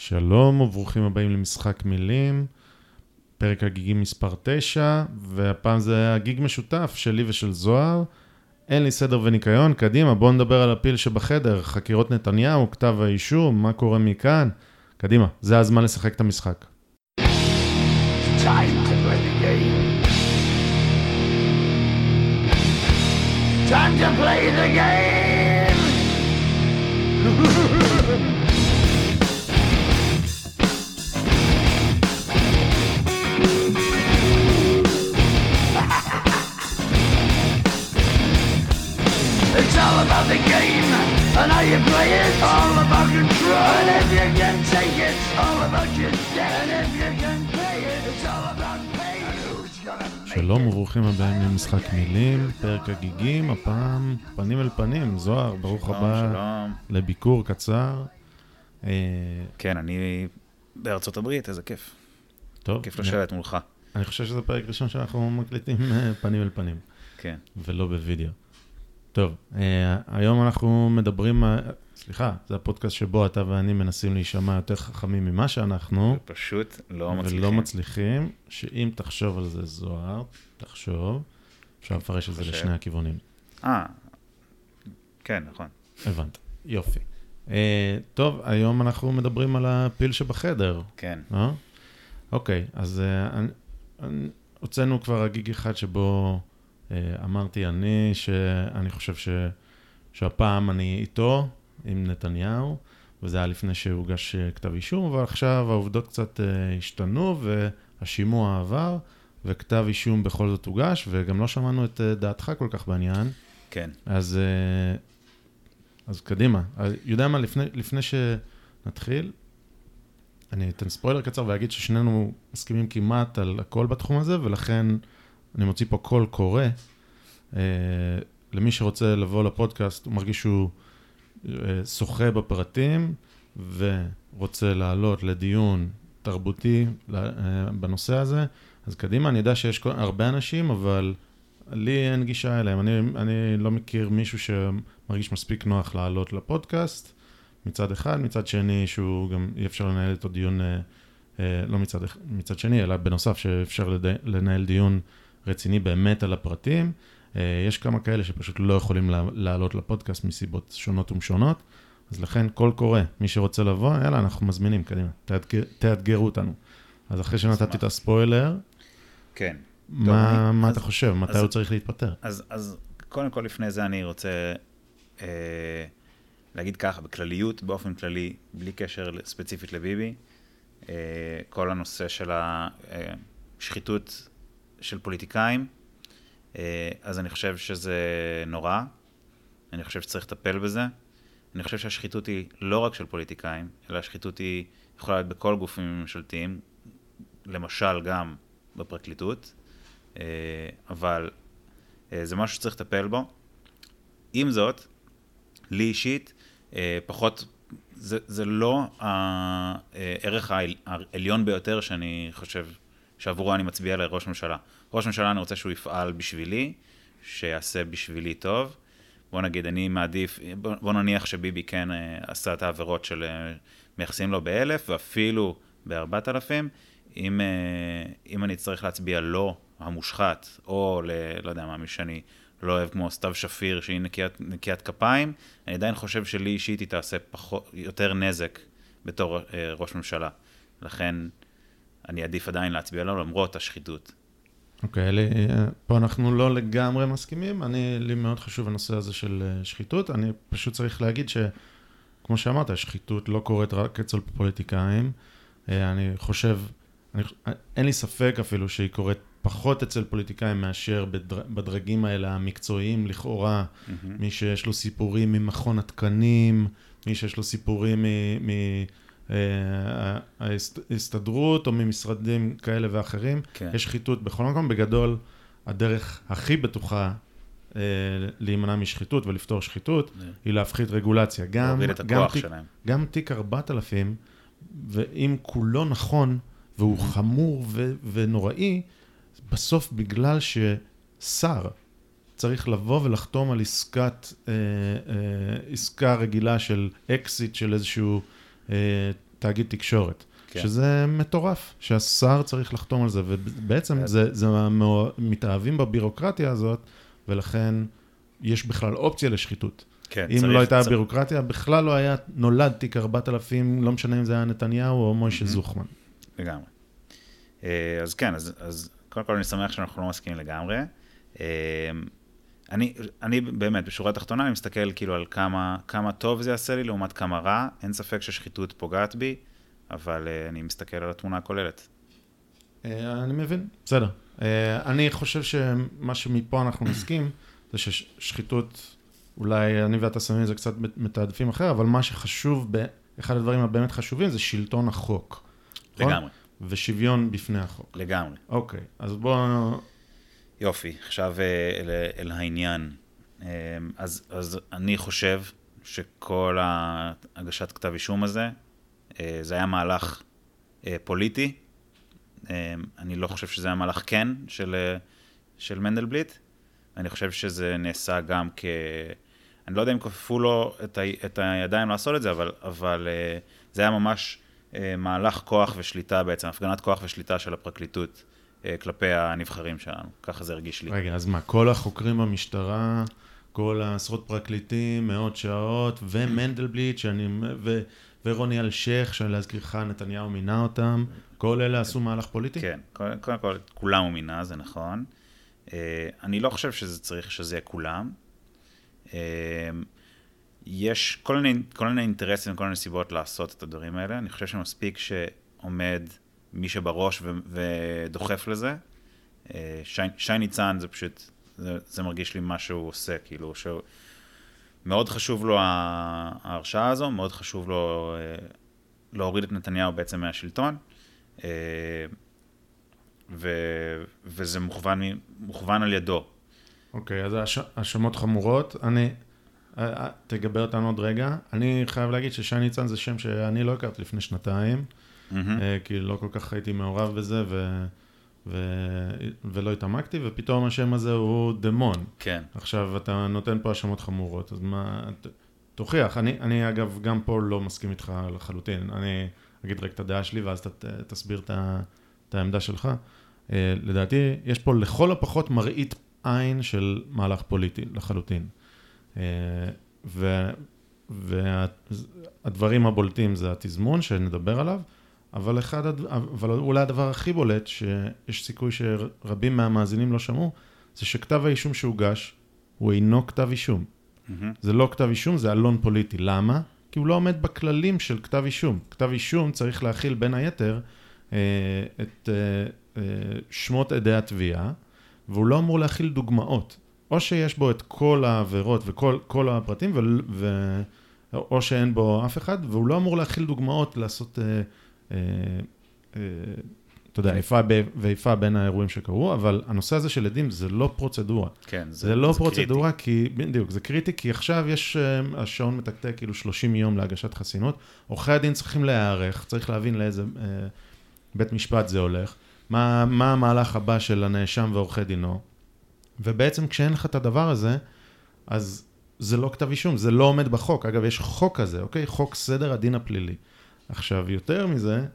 שלום וברוכים הבאים למשחק מילים, פרק הגיגים מספר 9, והפעם זה הגיג משותף שלי ושל זוהר. אין לי סדר וניקיון, קדימה, בואו נדבר על הפיל שבחדר, חקירות נתניהו, כתב האישום, מה קורה מכאן. קדימה, זה הזמן לשחק את המשחק. Time to play the game. Time to play the game. It's all about the game and how you play it. All about control. And if you can take it, all about your debt. And if you can pay it, it's all about pay. And who's gonna make שלום וברוכים הבאים למשחק מילים, פרק הגיגים, הפעם פנים אל פנים. זוהר, ברוך הבא שלום. לביקור קצר. כן, אני בארצות הברית, איזה כיף. טוב, כיף לשבת מולך. אני חושב שזה פרק ראשון שאנחנו מקליטים פנים אל פנים. כן. ולא בווידאו. טוב, היום אנחנו מדברים, סליחה, זה הפודקאסט שבו אתה ואני מנסים להישמע יותר חכמים ממה שאנחנו. פשוט לא מצליחים. ולא מצליחים, שאם תחשוב על זה זוהר, תחשוב, אפשר לפרש את זה לשני הכיוונים. כן, נכון. הבנת, יופי. טוב, היום אנחנו מדברים על הפיל שבחדר. כן. אוקיי, אז הוצאנו כבר הגיג אחד שבו אמרתי שאני חושב שהפעם אני איתו עם נתניהו, וזה היה לפני שהוגש כתב אישום, אבל עכשיו העובדות קצת השתנו והשימוע עבר, וכתב אישום בכל זאת הוגש, וגם לא שמענו את דעתך כל כך בעניין. כן. אז קדימה. יודע מה, לפני שנתחיל, אני אתן ספוילר קצר ואגיד ששנינו מסכימים כמעט על הכל בתחום הזה, ולכן אני מוציא פה קול קורא. למי שרוצה לבוא לפודקאסט, הוא מרגיש שהוא שוחה בפרטים, ורוצה לעלות לדיון תרבותי בנושא הזה. אז קדימה, אני יודע שיש הרבה אנשים, אבל לי אין גישה אליהם. אני לא מכיר מישהו שמרגיש מספיק נוח לעלות לפודקאסט, מצד אחד, מצד שני, שהוא גם אי אפשר לנהל אותו דיון, לא מצד שני, אלא בנוסף שאפשר לנהל דיון רציני באמת על הפרטים. יש כמה כאלה שפשוט לא יכולים לעלות לפודקאסט מסיבות שונות ומשונות, אז לכן כל קורא, מי שרוצה לבוא, יאללה, אנחנו מזמינים, קדימה, תאתגרו אותנו. אז אחרי שנתתי את הספוילר, כן. מה אתה חושב? מתי הוא צריך להתפטר? אז קודם כל לפני זה אני רוצה להגיד ככה, בכלליות, באופן כללי, בלי קשר ספציפית לביבי, כל הנושא של השחיתות של פוליטיקאים, אז אני חושב שזה נורא, אני חושב שצריך לטפל בזה, אני חושב שהשחיתות היא לא רק של פוליטיקאים, אלא השחיתות היא יכולה להיות בכל גופים ממשלתיים, למשל גם בפרקליטות, אבל זה משהו שצריך לטפל בו. עם זאת, לי אישית, פחות, זה לא הערך העליון ביותר שאני חושב שעבורו אני מצביע לראש ממשלה. ראש ממשלה אני רוצה שהוא יפעל בשבילי, שיעשה בשבילי טוב. בוא נגיד, אני מעדיף, בוא נניח שביבי כן עשה את העבירות של מייחסים לו ב1,000 ואפילו ב4,000. אם אני צריך להצביע לא המושחת, או לא יודע מה, מי שאני לא אוהב כמו סתיו שפיר, שהיא נקיית כפיים, אני עדיין חושב שלי אישית היא תעשה יותר נזק בתור ראש ממשלה. לכן אני עדיף עדיין להצביע לו למרות השחיתות. אוקיי, פה אנחנו לא לגמרי מסכימים. לי מאוד חשוב הנושא הזה של שחיתות. אני פשוט צריך להגיד שכמו שאמרת, השחיתות לא קורית רק אצל פוליטיקאים. אני חושב, אין לי ספק אפילו שהיא קורית פחות אצל פוליטיקאים מאשר בדרגים האלה המקצועיים לכאורה. מי שיש לו סיפורים ממכון התקנים, מי שיש לו סיפורים ההסתדרות או ממשרדים כאלה ואחרים. כן. יש שחיתות בכל מקום. בגדול, הדרך הכי בטוחה להימנע משחיתות ולפתור שחיתות היא להפחית רגולציה. להוריד את הכוח שלהם. גם תיק 4,000, ואם כולו נכון והוא חמור ונוראי, בסוף בגלל ששר צריך לבוא ולחתום על עסקה רגילה של אקזיט של איזשהו תאגיד תקשורת. כן. שזה מטורף, שהשר צריך לחתום על זה, ובעצם זה מתאהבים בבירוקרטיה הזאת, ולכן יש בכלל אופציה לשחיתות. כן, אם לא הייתה בירוקרטיה, בכלל לא היה נולד תיק 4000, לא משנה אם זה היה נתניהו או מוישה זוכמן. לגמרי. אז כן, אז קודם כל אני שמח שאנחנו לא מסכימים לגמרי. אני באמת, בשורה התחתונה, אני מסתכל כאילו על כמה טוב זה יעשה לי, לעומת כמה רע. אין ספק ששחיתות פוגעת בי, אבל אני מסתכל על התמונה הכוללת. אני מבין, בסדר. אני חושב שמה שמפה אנחנו נסכים, זה ששחיתות, אולי אני ואתה שמים את זה קצת מתעדפים אחר, אבל מה שחשוב, אחד הדברים הבאמת חשובים, זה שלטון החוק. לגמרי. ושוויון בפני החוק. לגמרי. אוקיי, אז בואו... יופי, עכשיו אל העניין. אז אני חושב שכל הגשת כתב אישום הזה, זה היה מהלך פוליטי. אני לא חושב שזה היה מהלך כן של מנדלבליט. אני חושב שזה נעשה גם אני לא יודע אם כופפו לו את הידיים לעשות את זה, אבל זה היה ממש מהלך כוח ושליטה בעצם, הפגנת כוח ושליטה של הפרקליטות כלפי הנבחרים שלנו. ככה זה הרגיש לי. רגע, אז מה, כל החוקרים במשטרה, כל העשרות פרקליטים, מאות שעות, ומנדלבליט, ורוני אלשייך, שאני להזכירך, נתניהו מינה אותם, כל אלה עשו מהלך פוליטי? כן, קודם כל, כולם הוא מינה, זה נכון. אני לא חושב שזה צריך שזה יהיה כולם. יש כל מיני אינטרסים וכל מיני סיבות לעשות את הדברים האלה. אני חושב שמספיק שעומד מי שבראש ודוחף לזה. שי ניצן זה פשוט, זה מרגיש לי מה שהוא עושה, כאילו, מאוד חשוב לו ההרשעה הזו, מאוד חשוב לו להוריד את נתניהו בעצם מהשלטון, וזה מוכוון על ידו. אוקיי, אז האשמות חמורות. תגבר אותנו עוד רגע. אני חייב להגיד ששי ניצן זה שם שאני לא הכרתי לפני שנתיים, כי לא כל כך הייתי מעורב בזה, ולא התעמקתי, ופתאום השם הזה הוא דמון. כן. עכשיו אתה נותן פה האשמות חמורות, אז מה, תוכיח. אני אגב גם פה לא מסכים איתך לחלוטין. אני אגיד רק את הדעה שלי, ואז תסביר את העמדה שלך. לדעתי, יש פה לכל הפחות מראית עין של מהלך פוליטי לחלוטין. והדברים הבולטים זה התזמון שנדבר עליו, אבל אולי הדבר הכי בולט, שיש סיכוי שרבים מהמאזינים לא שמעו, זה שכתב האישום שהוגש, הוא אינו כתב אישום. זה לא כתב אישום, זה אלון פוליטי. למה? כי הוא לא עומד בכללים של כתב אישום. כתב אישום צריך להכיל בין היתר את שמות עדי התביעה, והוא לא אמור להכיל דוגמאות. או שיש בו את כל העבירות וכל הפרטים, או שאין בו אף אחד, והוא לא אמור להכיל דוגמאות לעשות, אתה יודע, איפה ואיפה בין האירועים שקרו, אבל הנושא הזה של עדים זה לא פרוצדורה. כן, זה לא פרוצדורה, כי, בדיוק, זה קריטי, כי עכשיו יש, השעון מתקתק כאילו 30 יום להגשת חסינות, עורכי הדין צריכים להיערך, צריך להבין לאיזה בית משפט זה הולך, מה המהלך הבא של הנאשם ועורכי דינו, ובעצם כשאין לך את הדבר הזה, אז זה לא כתב אישום, זה לא עומד בחוק. אגב, יש חוק כזה, אוקיי? חוק סדר הדין הפלילי. עכשיו, יותר מזה,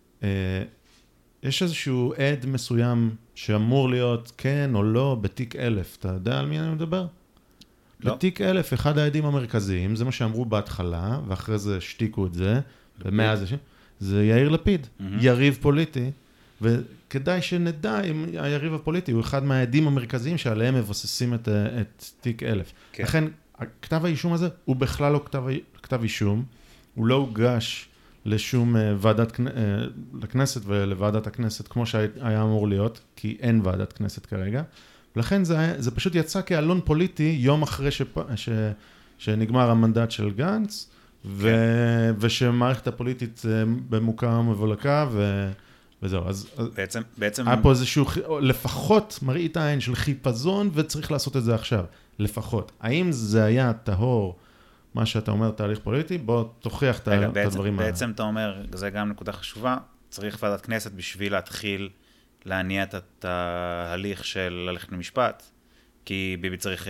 יש איזשהו עד מסוים שאמור להיות כן או לא בתיק 1000. אתה יודע על מי אני מדבר? לא. בתיק 1000, אחד העדים המרכזיים, זה מה שאמרו בהתחלה, ואחרי זה שתיקו את זה, זה יאיר לפיד, יריב פוליטי, וכדאי שנדע אם היריב הפוליטי הוא אחד מהעדים המרכזיים שעליהם מבוססים את תיק 1000. כן. לכן, כתב האישום הזה הוא בכלל לא כתב אישום, הוא לא הוגש לשום לכנסת ולוועדת הכנסת כמו שהיה אמור להיות, כי אין ועדת כנסת כרגע, ולכן זה פשוט יצא כאלון פוליטי יום אחרי שנגמר המנדט של גנץ, ושמערכת הפוליטית במוקה ומבולקה, וזהו, אז בעצם היה פה איזשהו, לפחות מראית העין של חיפזון, וצריך לעשות את זה עכשיו, לפחות. האם זה היה טהור, מה שאתה אומר, תהליך פוליטי? בוא תוכיח את הדברים האלה. בעצם אתה אומר, זה גם נקודה חשובה, צריך ועדת כנסת בשביל להתחיל להניע את התהליך של ללכת למשפט, כי ביבי צריך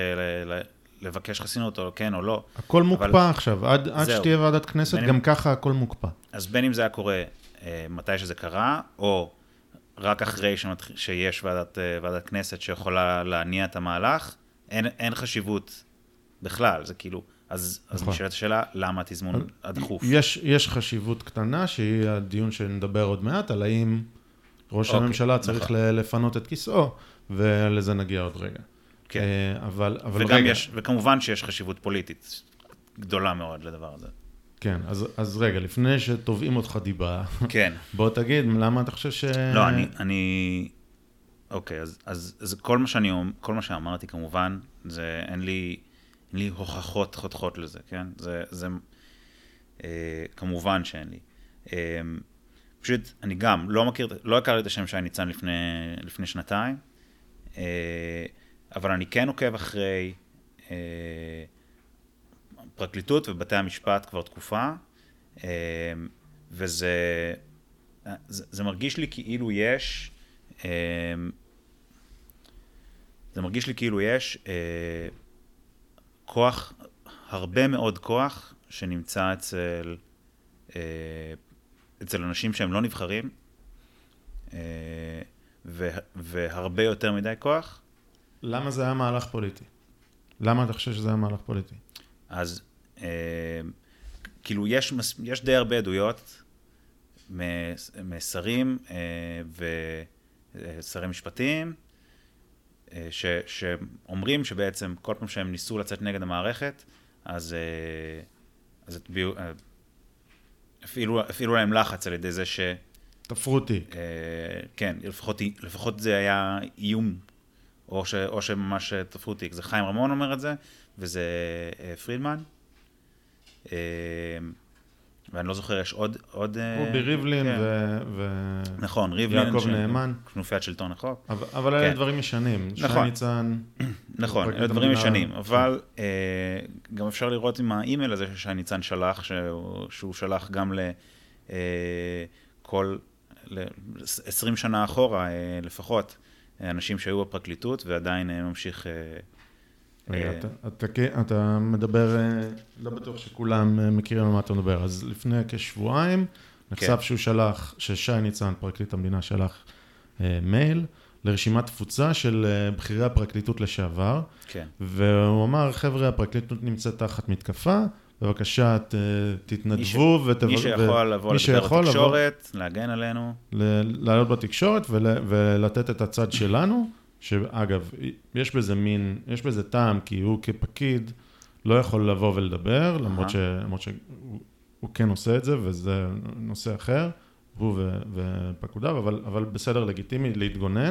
לבקש חסינות או כן או לא. הכל מוקפא עכשיו, עד שתהיה ועדת כנסת, גם ככה הכל מוקפא. אז בין אם זה היה קורה מתי שזה קרה, או רק אחרי שיש ועדת כנסת שיכולה להניע את המהלך, אין חשיבות בכלל, זה כאילו, אז נשאלת השאלה, למה התזמון הדחוף? יש חשיבות קטנה, שהיא הדיון שנדבר עוד מעט, על האם ראש הממשלה צריך לפנות את כיסאו, ולזה נגיע עוד רגע. כן. אבל רגע. וכמובן שיש חשיבות פוליטית גדולה מאוד לדבר הזה. כן, אז רגע, לפני שתובעים אותך דיבה, כן. בוא תגיד, למה אתה חושב לא, אוקיי, אז כל מה שאמרתי כמובן, זה אין לי הוכחות חותכות לזה, כן? זה כמובן שאין לי. פשוט, אני גם לא הכרתי את השם שי ניצן לפני שנתיים, אבל אני כן עוקב אחרי פרקליטות ובתי המשפט כבר תקופה, וזה מרגיש לי כאילו יש, כוח, הרבה מאוד כוח שנמצא אצל אנשים שהם לא נבחרים, והרבה יותר מדי כוח. למה זה היה מהלך פוליטי? למה אתה חושב שזה היה מהלך פוליטי? אז כאילו יש די הרבה עדויות משרים ושרי משפטים, שאומרים שבעצם כל פעם שהם ניסו לצאת נגד המערכת, אז אפילו להם לחץ על ידי זה תפרו תיק. כן, לפחות זה היה איום, או שממש תפרו תיק. זה חיים רמון אומר את זה, וזה פרידמן. ואני לא זוכר, יש עוד... רובי ריבלין נכון, ריבלין. יעקב נאמן. כנופיית שלטון החוק. אבל אלה דברים ישנים. נכון. שי ניצן... נכון, אלה דברים ישנים. אבל גם אפשר לראות עם האימייל הזה ששי ניצן שלח, שהוא שלח גם לכל 20 שנה אחורה לפחות, אנשים שהיו בפרקליטות ועדיין ממשיך... אתה מדבר, לא בטוח שכולם מכירים על מה אתה מדבר, אז לפני כשבועיים נחשף שהוא שלח, ששי ניצן, פרקליט המדינה, שלח מייל לרשימת תפוצה של בכירי הפרקליטות לשעבר, והוא אמר, חבר'ה, הפרקליטות נמצאת תחת מתקפה, בבקשה תתנדבו, מי שיכול לבוא לדבר בתקשורת, להגן עלינו. לעלות בתקשורת ולתת את הצד שלנו, שאגב, יש בזה טעם, כי הוא כפקיד לא יכול לבוא ולדבר, למרות שהוא כן עושה את זה, וזה נושא אחר, הוא ופקודיו, אבל בסדר לגיטימי להתגונן,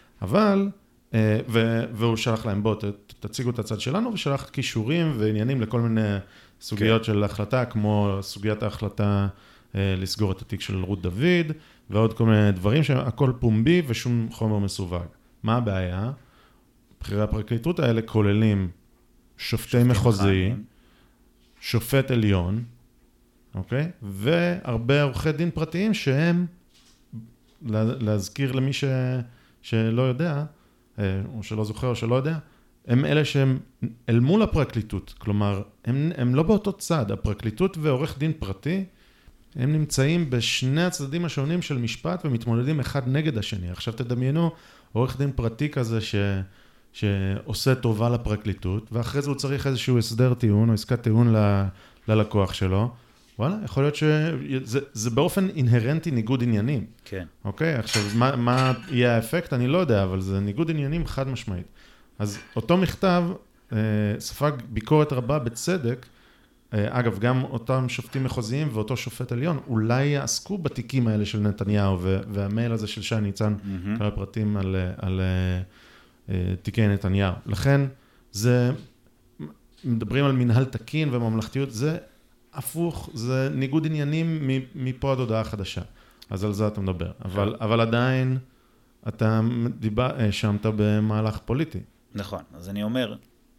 והוא שלח להם, בוא, תציגו את הצד שלנו, ושלח קישורים ועניינים לכל מיני סוגיות של החלטה, כמו סוגיית ההחלטה לסגור את התיק של רות דוד, ועוד כל מיני דברים שהכל פומבי ושום חומר מסווג. מה הבעיה? בכירי הפרקליטות האלה כוללים שופטי מחוזי, שופט עליון, אוקיי? והרבה עורכי דין פרטיים שהם, להזכיר למי שלא יודע, או שלא זוכר או שלא יודע, הם אלה שהם אל מול הפרקליטות, כלומר, הם לא באותו צד, הפרקליטות ועורך דין פרטי, הם נמצאים בשני הצדדים השונים של משפט ומתמודדים אחד נגד השני. עכשיו תדמיינו, עורך דין פרטי כזה שעושה טובה לפרקליטות, ואחרי זה הוא צריך איזשהו הסדר טיעון או עסקת טיעון ללקוח שלו. וואלה, יכול להיות שזה באופן אינהרנטי ניגוד עניינים. כן. אוקיי? עכשיו, מה יהיה האפקט? אני לא יודע, אבל זה ניגוד עניינים חד משמעית. אז אותו מכתב ספג ביקורת רבה בצדק, אגב, גם אותם שופטים מחוזיים ואותו שופט עליון, אולי יעסקו בתיקים האלה של נתניהו, והמייל הזה של שי ניצן, כמה פרטים על תיקי נתניהו. לכן, מדברים על מנהל תקין וממלכתיות, זה הפוך, זה ניגוד עניינים מפה עד הודעה חדשה. אז על זה אתה מדבר. אבל עדיין, אתה שמת במהלך פוליטי. נכון, אז אני אומר,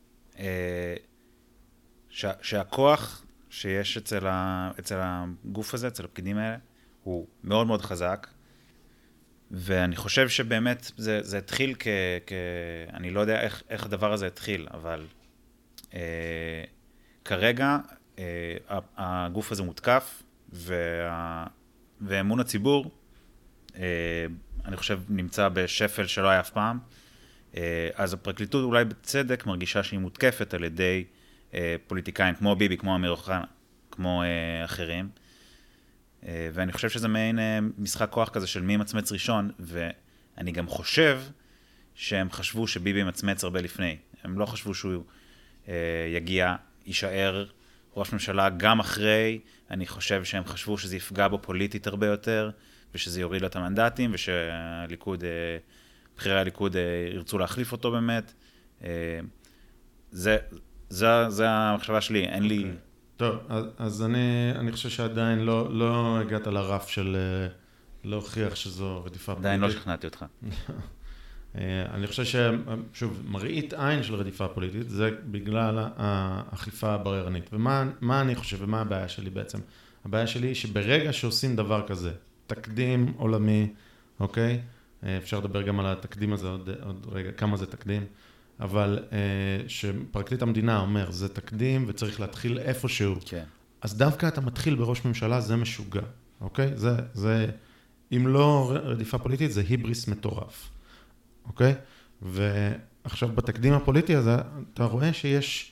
שהכוח שיש אצל הגוף הזה, אצל הפקידים האלה, הוא מאוד מאוד חזק, ואני חושב שבאמת זה התחיל אני לא יודע איך הדבר הזה התחיל, אבל כרגע הגוף הזה מותקף ואמון הציבור, אני חושב, נמצא בשפל שלא היה אף פעם. אז הפרקליטות אולי בצדק מרגישה שהיא מותקפת על ידי פוליטיקאים כמו ביבי, כמו אמיר אוחנה, כמו אחרים. ואני חושב שזה מעין משחק כוח כזה של מי מצמץ ראשון, ואני גם חושב שהם חשבו שביבי מצמץ הרבה לפני. הם לא חשבו שהוא יגיע, יישאר ראש ממשלה גם אחרי. אני חושב שהם חשבו שזה יפגע בו פוליטית הרבה יותר, ושזה יוריד לו את המנדטים, ושהליכוד, בחירי הליכוד ירצו להחליף אותו באמת. זה המחשבה שלי, אין לי... טוב, אז אני חושב שעדיין לא הגעת לרף של להוכיח שזו רדיפה פוליטית. עדיין לא שכנעתי אותך. אני חושב שוב, מראית עין של רדיפה פוליטית, זה בגלל האכיפה הבררנית. ומה אני חושב, ומה הבעיה שלי בעצם? הבעיה שלי היא שברגע שעושים דבר כזה, תקדים עולמי, אוקיי? אפשר לדבר גם על התקדים הזה עוד רגע, כמה זה תקדים, אבל שפרקליט המדינה אומר, זה תקדים וצריך להתחיל איפשהו. כן. אז דווקא אתה מתחיל בראש ממשלה, זה משוגע, אוקיי? זה, אם לא רדיפה פוליטית, זה היבריס מטורף, אוקיי? ועכשיו בתקדים הפוליטי הזה, אתה רואה שיש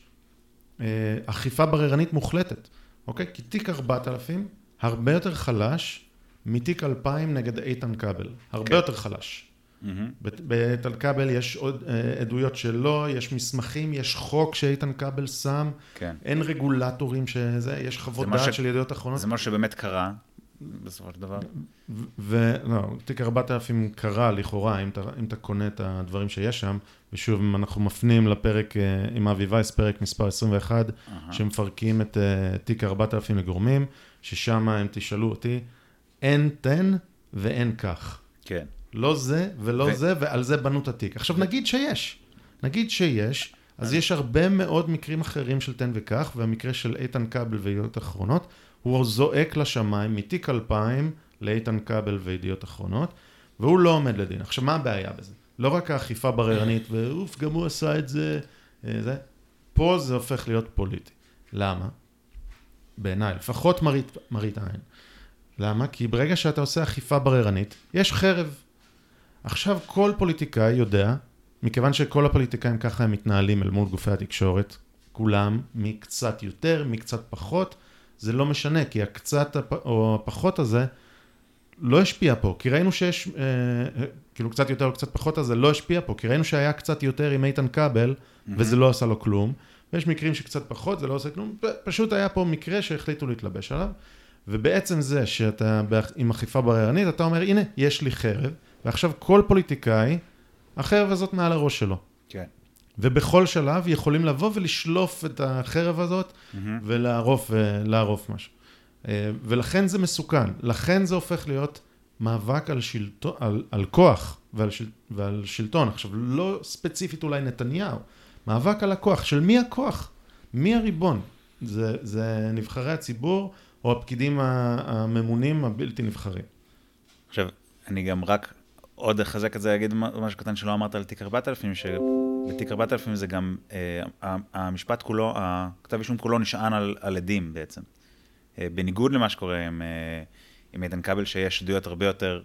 אכיפה בררנית מוחלטת, אוקיי? כי תיק 4000 הרבה יותר חלש מתיק 2000 נגד איתן כבל, הרבה יותר חלש. באיתן כבל יש עוד עדויות שלו, יש מסמכים, יש חוק שאיתן כבל שם, אין רגולטורים שזה, יש חוות דעת של ידיעות אחרונות. זה מה שבאמת קרה בסופו של דבר. ולא, תיק 4000 קרה לכאורה, אם אתה קונה את הדברים שיש שם, ושוב, אנחנו מפנים לפרק עם אבי וייס, פרק מספר 21, שמפרקים את תיק 4000 לגורמים, ששם הם תשאלו אותי, אין תן ואין כך. כן. לא זה ולא זה, ועל זה בנו את התיק. עכשיו נגיד שיש, אז יש הרבה מאוד מקרים אחרים של תן וכך, והמקרה של איתן כבל וידיעות אחרונות, הוא זועק לשמיים מתיק 2000 לאיתן כבל וידיעות אחרונות, והוא לא עומד לדין. עכשיו, מה הבעיה בזה? לא רק האכיפה בררנית, ואוף, גם הוא עשה את זה, פה זה הופך להיות פוליטי. למה? בעיניי, לפחות מראית עין. למה? כי ברגע שאתה עושה אכיפה בררנית, יש חרב. עכשיו כל פוליטיקאי יודע, מכיוון שכל הפוליטיקאים ככה הם מתנהלים אל מול גופי התקשורת, כולם, מקצת יותר, מקצת פחות, זה לא משנה, כי הקצת או הפחות הזה לא השפיע פה, כי ראינו שיש, כאילו קצת יותר או קצת פחות הזה לא השפיע פה, כי ראינו שהיה קצת יותר עם איתן כבל, וזה לא עשה לו כלום, ויש מקרים שקצת פחות, זה לא עושה כלום, פשוט היה פה מקרה שהחליטו להתלבש עליו, ובעצם זה שאתה עם אכיפה בררנית, אתה אומר, הנה, יש לי חרב, ועכשיו כל פוליטיקאי, החרב הזאת מעל הראש שלו. כן. ובכל שלב יכולים לבוא ולשלוף את החרב הזאת, ולערוף משהו. ולכן זה מסוכן. לכן זה הופך להיות מאבק על כוח ועל שלטון. עכשיו, לא ספציפית אולי נתניהו, מאבק על הכוח. של מי הכוח? מי הריבון? זה נבחרי הציבור, או הפקידים הממונים הבלתי נבחרים. עכשיו, אני גם רק עוד אחזק את זה, אגיד משהו קטן שלא אמרת על תיק 4000, שבתיק 4000 זה גם, המשפט כולו, הכתב אישום כולו נשען על עדים בעצם. בניגוד למה שקורה עם איתן כבל, שיש עדויות הרבה יותר,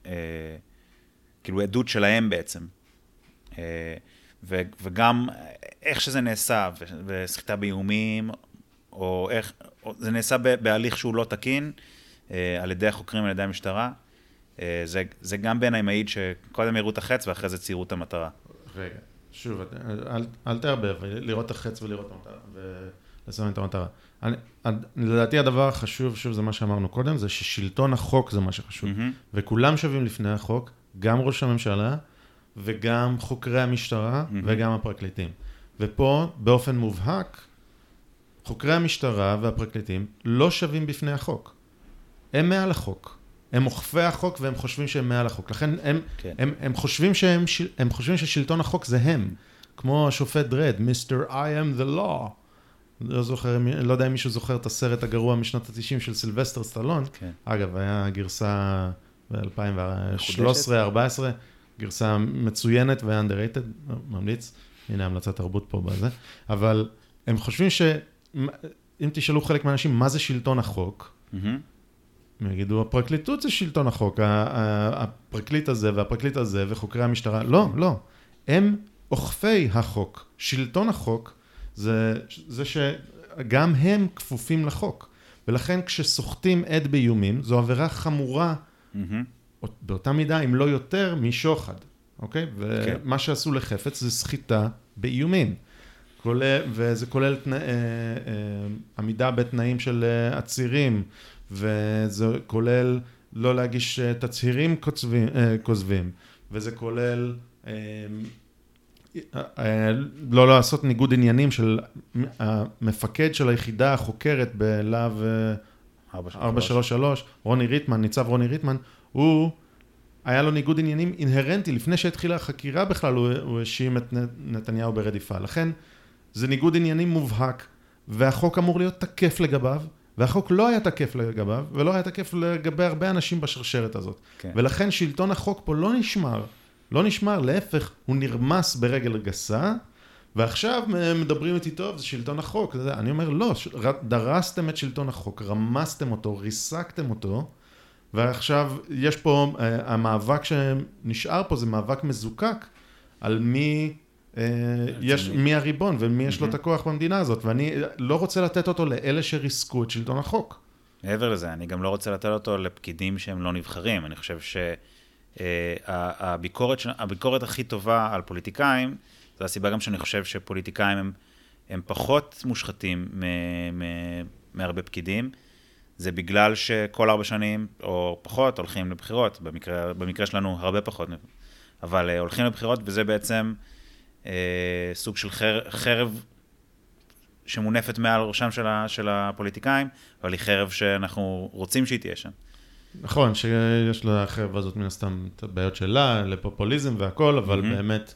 כאילו עדות שלהם בעצם. וגם איך שזה נעשה, וסחיטה באיומים, זה נעשה בהליך שהוא לא תקין, על ידי החוקרים, על ידי המשטרה. זה גם בעיניי מעיד שקודם יראו את החץ ואחרי זה ציירו את המטרה. רגע, שוב, אל תערבב, לראות את החץ ולראות את המטרה, ולסמן את המטרה. לדעתי הדבר החשוב, שוב, זה מה שאמרנו קודם, זה ששלטון החוק זה מה שחשוב. וכולם שווים לפני החוק, גם ראש הממשלה, וגם חוקרי המשטרה, וגם הפרקליטים. ופה, באופן מובהק, חוקרי המשטרה והפרקליטים לא שווים בפני החוק. הם מעל החוק. הם אוכפי החוק והם חושבים שהם מעל החוק. לכן הם חושבים ששלטון החוק זה הם. כמו השופט דרד, Mr. I am the law. לא יודע אם מישהו זוכר את הסרט הגרוע משנות ה-90 של סילבסטר סטלון. אגב, היה גרסה ב-2013-2014, גרסה מצוינת ו-underrated, ממליץ. הנה המלצת תרבות פה בזה. אבל הם חושבים אם תשאלו חלק מהאנשים מה זה שלטון החוק, הם יגידו, הפרקליטות זה שלטון החוק, הפרקליט הזה והפרקליט הזה וחוקרי המשטרה, לא, לא. הם אוכפי החוק. שלטון החוק זה שגם הם כפופים לחוק. ולכן כשסוחטים עד באיומים, זו עבירה חמורה, באותה מידה, אם לא יותר, משוחד. אוקיי? ומה שעשו לחפץ זה סחיטה באיומים. וזה כולל עמידה בתנאים של עצירים, וזה כולל לא להגיש תצהירים כוזבים, וזה כולל לא לעשות ניגוד עניינים של המפקד של היחידה החוקרת בלהב 433, רוני ריטמן, ניצב רוני ריטמן, הוא היה לו ניגוד עניינים אינהרנטי, לפני שהתחילה החקירה בכלל הוא האשים את נתניהו ברדיפה, לכן זה ניגוד עניינים מובהק, והחוק אמור להיות תקף לגביו, והחוק לא היה תקף לגביו, ולא היה תקף לגבי הרבה אנשים בשרשרת הזאת. כן. ולכן שלטון החוק פה לא נשמר, להפך, הוא נרמס ברגל גסה, ועכשיו מדברים איתי טוב, זה שלטון החוק. אני אומר, לא, דרסתם את שלטון החוק, רמסתם אותו, ריסקתם אותו, ועכשיו יש פה, המאבק שנשאר פה, זה מאבק מזוקק, על מי הריבון ומי יש לו את הכוח במדינה הזאת, ואני לא רוצה לתת אותו לאלה שריסקו את שלטון החוק. מעבר לזה, אני גם לא רוצה לתת אותו לפקידים שהם לא נבחרים. אני חושב שהביקורת הכי טובה על פוליטיקאים, זו הסיבה גם שאני חושב שפוליטיקאים הם פחות מושחתים מהרבה פקידים, זה בגלל שכל 4 שנים או פחות הולכים לבחירות, במקרה שלנו הרבה פחות, אבל הולכים לבחירות וזה בעצם סוג של חרב שמונפת מעל ראשם של הפוליטיקאים, אבל היא חרב שאנחנו רוצים שהיא תהיה שם. נכון, שיש לחרב הזאת מן הסתם את הבעיות שלה, לפופוליזם והכל, אבל באמת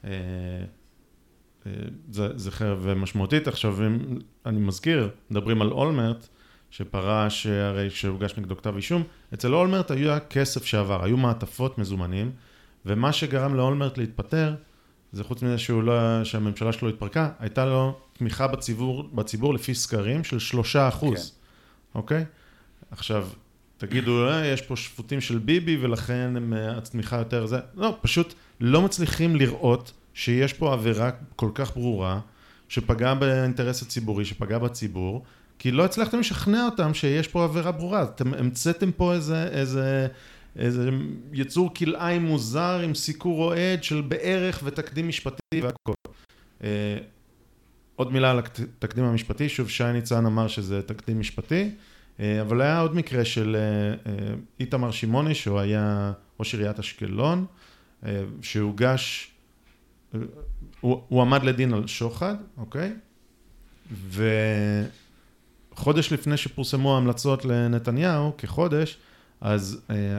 זה חרב משמעותית. עכשיו, אני מזכיר, מדברים על אולמרט, שפרש, הרי שהוגש נגדו כתב אישום, אצל אולמרט היה כסף שעבר, היו מעטפות מזומנים, ומה שגרם לאולמרט להתפטר, זה חוץ מזה שהממשלה שלו התפרקה, הייתה לו תמיכה בציבור לפי סקרים של 3%. כן. אוקיי? עכשיו, תגידו, יש פה שפוטים של ביבי, ולכן התמיכה יותר זה. לא, פשוט לא מצליחים לראות שיש פה עבירה כל כך ברורה, שפגעה באינטרס הציבורי, שפגעה בציבור, כי לא הצלחתם לשכנע אותם שיש פה עבירה ברורה. אתם המצאתם פה איזה יצור כלאיים מוזר עם סיקור אוהד של בערך ותקדים משפטי והכל. עוד מילה על התקדים המשפטי, שוב שי ניצן אמר שזה תקדים משפטי, אבל היה עוד מקרה של איתמר שמעוני, שהוא היה ראש עיריית אשקלון, שהוגש, הוא עמד לדין על שוחד, אוקיי? וחודש לפני שפורסמו ההמלצות לנתניהו, כחודש, אז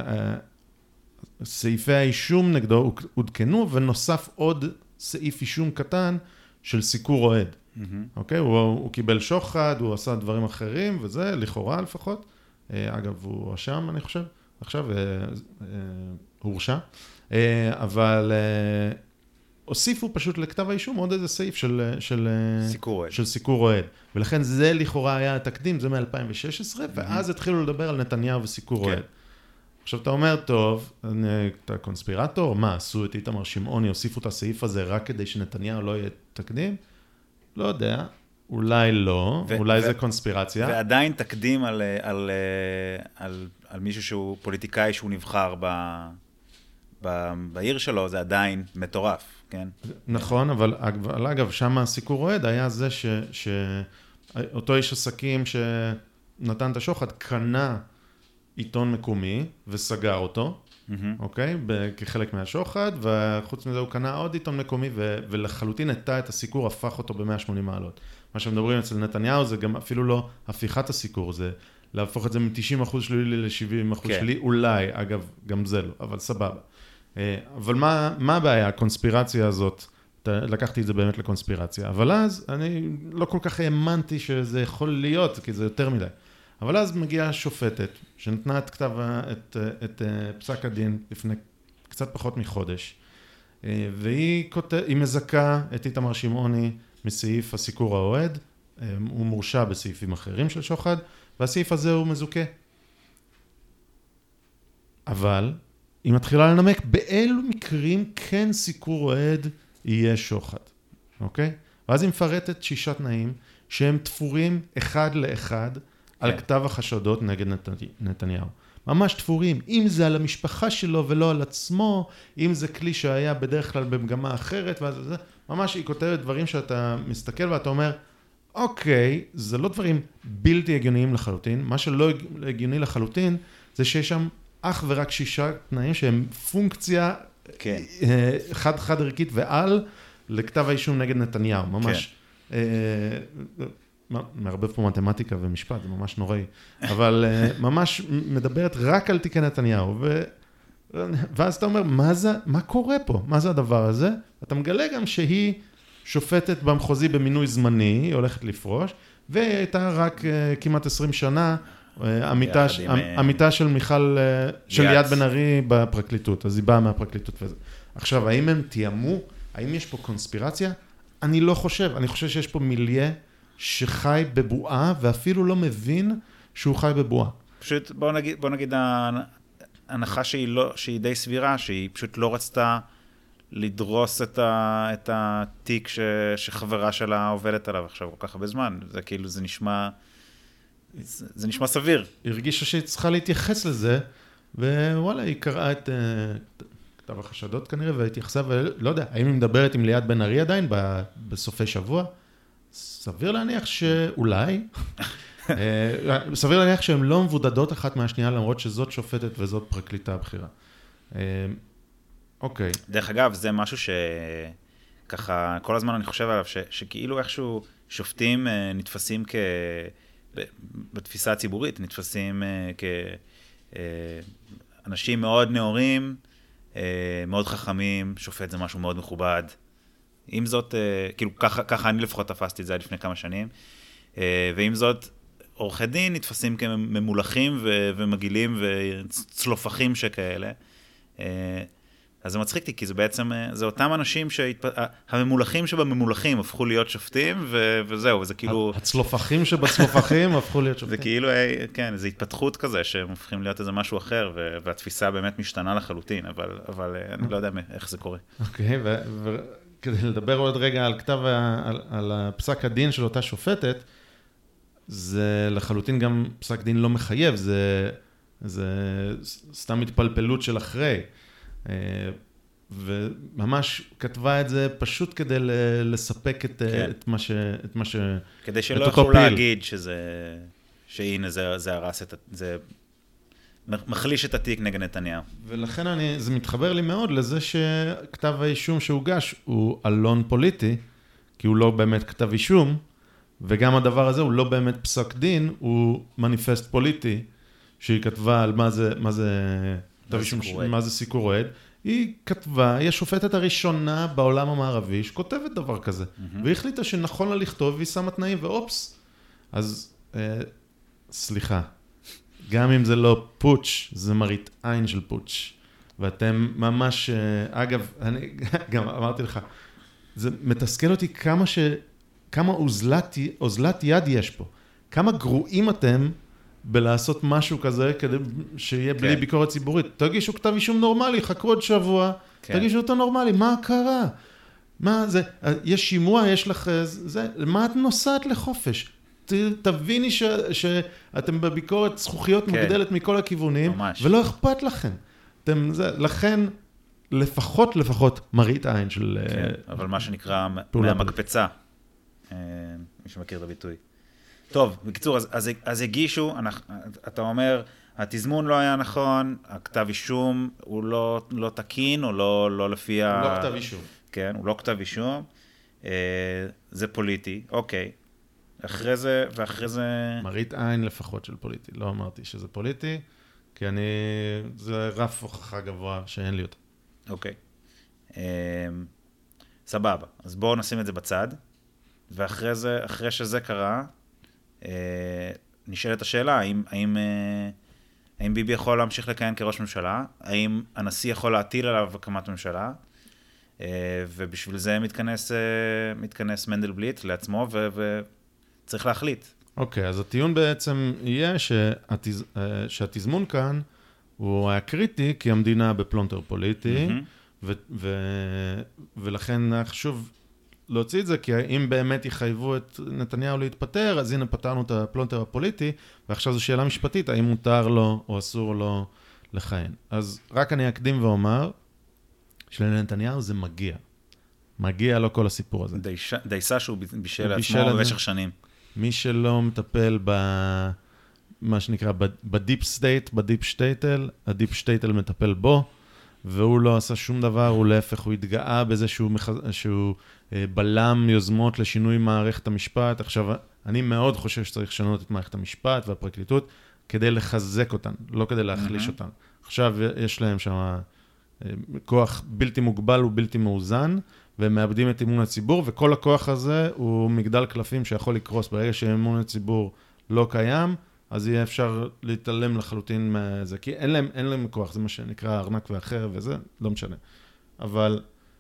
סעיפי האישום נגדו עודכנו, ונוסף עוד סעיף אישום קטן של סיקור אוהד. אוקיי? הוא קיבל שוחד, הוא עשה דברים אחרים, וזה לכאורה לפחות. אגב, הוא אשם, אני חושב. עכשיו הוא הורשע. אבל הוסיפו פשוט לכתב האישום עוד איזה סעיף של סיקור אוהד. ולכן זה לכאורה היה התקדים, זה מ-2016, ואז התחילו לדבר על נתניהו וסיקור אוהד. עכשיו אתה אומר, טוב, אתה קונספירטור, מה, עשו את איתמר שמעוני, הוסיפו את הסעיף הזה רק כדי שנתניהו לא יהיה תקדים? לא יודע, אולי לא, אולי זה קונספירציה. ועדיין תקדים על מישהו שהוא פוליטיקאי שהוא נבחר בעיר שלו, זה עדיין מטורף, כן? נכון, אבל אגב, שם הסיקור אוהד היה זה שאותו איש עסקים שנתן את השוחד, קנה עיתון מקומי וסגר אותו, אוקיי? כחלק מהשוחד, וחוץ מזה הוא קנה עוד עיתון מקומי, ולחלוטין הייתה את הסיקור, הפך אותו ב-180 מעלות. מה שמדברים אצל נתניהו זה גם אפילו לא הפיכת הסיקור, זה להפוך את זה מ-90% שלילי ל-70% שלילי, אולי, אגב, גם זה לא, אבל סבבה. אבל מה הבעיה? הקונספירציה הזאת, לקחתי את זה באמת לקונספירציה, אבל אז אני לא כל כך האמנתי שזה יכול להיות, כי זה יותר מדי. אבל אז מגיעה שופטת, שנתנה את פסק הדין לפני קצת פחות מחודש, והיא מזכה את איתמר שמעוני מסעיף הסיקור האוהד, הוא מורשע בסעיפים אחרים של שוחד, והסעיף הזה הוא מזוכה. אבל היא מתחילה לנמק באילו מקרים כן סיקור אוהד יהיה שוחד, אוקיי? ואז היא מפרטת 6 תנאים שהם תפורים אחד לאחד על כתב החשדות נגד נתניהו. ממש תפורים, אם זה על המשפחה שלו ולא על עצמו, אם זה כלי שהיה בדרך כלל במגמה אחרת, ואז זה, ממש היא כותבת דברים שאתה מסתכל ואתה אומר, אוקיי, זה לא דברים בלתי הגיוניים לחלוטין, מה שלא הגיוני לחלוטין, זה שיש שם אך ורק 6 תנאים שהם פונקציה חד ערכית ועל לכתב האישום נגד נתניהו, ממש. מערבב פה מתמטיקה ומשפט, זה ממש נוראי, אבל ממש מדברת רק על תיקי נתניהו, ואז אתה אומר, מה קורה פה? מה זה הדבר הזה? אתה מגלה גם שהיא שופטת במחוזי במינוי זמני, היא הולכת לפרוש, והיא הייתה רק כמעט 20 שנה, עמיתה של מיכל, של ליאת בן ארי בפרקליטות, אז היא באה מהפרקליטות וזה. עכשיו, האם הם תיאמו? האם יש פה קונספירציה? אני לא חושב, אני חושב שיש פה מיליה שחי בבועה, ואפילו לא מבין שהוא חי בבועה. פשוט בוא נגיד ההנחה שהיא די סבירה, שהיא פשוט לא רצתה לדרוס את התיק שחברה שלה עובדת עליו עכשיו כל כך הרבה זמן. זה כאילו, זה נשמע סביר. היא הרגישה שהיא צריכה להתייחס לזה, ווואלה, היא קראה את כתב החשדות כנראה, והתייחסה, ולא יודע, האם היא מדברת עם ליאת בן ארי עדיין בסופי שבוע? סביר להניח שאולי, סביר להניח שהן לא מבודדות אחת מהשנייה, למרות שזאת שופטת וזאת פרקליטה הבחירה. אוקיי. דרך אגב, זה משהו שככה, כל הזמן אני חושב עליו, שכאילו איכשהו שופטים נתפסים בתפיסה הציבורית, נתפסים כאנשים מאוד נאורים, מאוד חכמים, שופט זה משהו מאוד מכובד. עם זאת, כאילו ככה אני לפחות תפסתי את זה לפני כמה שנים, ועם זאת, עורכי דין נתפסים כממולכים ומגילים וצלופחים שכאלה. אז זה מצחיק אותי, כי זה בעצם, זה אותם אנשים הממולכים שבממולכים הפכו להיות שופטים, וזהו, וזה כאילו... הצלופחים שבצלופחים הפכו להיות שופטים. זה כאילו, כן, זה התפתחות כזה, שהם הופכים להיות איזה משהו אחר, והתפיסה באמת משתנה לחלוטין, אבל אני לא יודע איך זה קורה. אוקיי, וכדי לדבר עוד רגע על כתב, על פסק הדין של אותה שופטת, זה לחלוטין גם פסק דין לא מחייב, זה סתם התפלפלות של אחרי. וממש כתבה את זה פשוט כדי לספק את מה ש... כדי שלא יוכלו להגיד שהנה זה הרס זה מחליש את התיק נגד נתניהו. ולכן זה מתחבר לי מאוד לזה שכתב האישום שהוגש הוא אלון פוליטי, כי הוא לא באמת כתב אישום, וגם הדבר הזה הוא לא באמת פסק דין, הוא מניפסט פוליטי, שהיא כתבה על מה זה סיקור אוהד. היא כתבה, היא השופטת הראשונה בעולם המערבי שכותבת דבר כזה, והיא החליטה שנכון לה לכתוב, והיא שמה תנאים ואופס. אז סליחה, גם אם זה לא פוטש, זה מראית עין של פוטש. ואתם ממש, אגב, אני גם אמרתי לך, זה מתסכל אותי כמה אוזלת יד יש פה. כמה גרועים אתם בלעשות משהו כזה, כדי שיהיה בלי ביקורת ציבורית. תגישו כתב אישום נורמלי, חכו עוד שבוע, תגישו אותו נורמלי, מה קרה? מה זה? יש שימוע, יש לך זה, מה את נוסעת לחופש? תביני שאתם בביקורת זכוכיות מגדלת מכל הכיוונים, ולא אכפת לכם. לכן, לפחות מראית עין של... אבל מה שנקרא מהמקפצה, מי שמכיר את הביטוי. טוב, בקיצור, אז הגישו, אתה אומר, התזמון לא היה נכון, הכתב אישום הוא לא תקין, או לא לפי הוא לא כתב אישום. כן, הוא לא כתב אישום, זה פוליטי, אוקיי. אחרי זה, מראית עין לפחות של פוליטי, לא אמרתי שזה פוליטי, כי זה רף הוכחה גבוה שאין לי אותה. אוקיי. סבבה, אז בואו נשים את זה בצד, ואחרי זה, אחרי שזה קרה, נשאלת השאלה, האם ביבי יכול להמשיך לכהן כראש ממשלה? האם הנשיא יכול להטיל עליו הקמת ממשלה? ובשביל זה מתכנס מנדלבליט לעצמו, וצריך להחליט. אוקיי, אז הטיעון בעצם יהיה שהתזמון כאן הוא היה קריטי כי המדינה בפלונטר פוליטי, ולכן היה חשוב להוציא את זה, כי אם באמת יחייבו את נתניהו להתפטר, אז הנה פתרנו את הפלונטר הפוליטי, ועכשיו זו שאלה משפטית, האם מותר לו או אסור לו לכהן. אז רק אני אקדים ואומר, שלנתניהו זה מגיע. מגיע לו כל הסיפור הזה. דייסה שהוא בישל לעצמו במשך שנים. מי שלא מטפל מה שנקרא בדיפ סטייט, בדיפ שטייטל, הדיפ שטייטל מטפל בו, והוא לא עשה שום דבר, הוא להפך, הוא התגאה בזה שהוא בלם יוזמות לשינוי מערכת המשפט. עכשיו, אני מאוד חושב שצריך לשנות את מערכת המשפט והפרקליטות, כדי לחזק אותן, לא כדי להחליש אותן. עכשיו יש להם שם כוח בלתי מוגבל ובלתי מאוזן, והם מאבדים את אמון הציבור, וכל הכוח הזה הוא מגדל קלפים שיכול לקרוס. ברגע שאמון הציבור לא קיים, אז יהיה אפשר להתעלם לחלוטין מזה, כי אין להם כוח, זה מה שנקרא ארנק והחרב וזה, לא משנה. אבל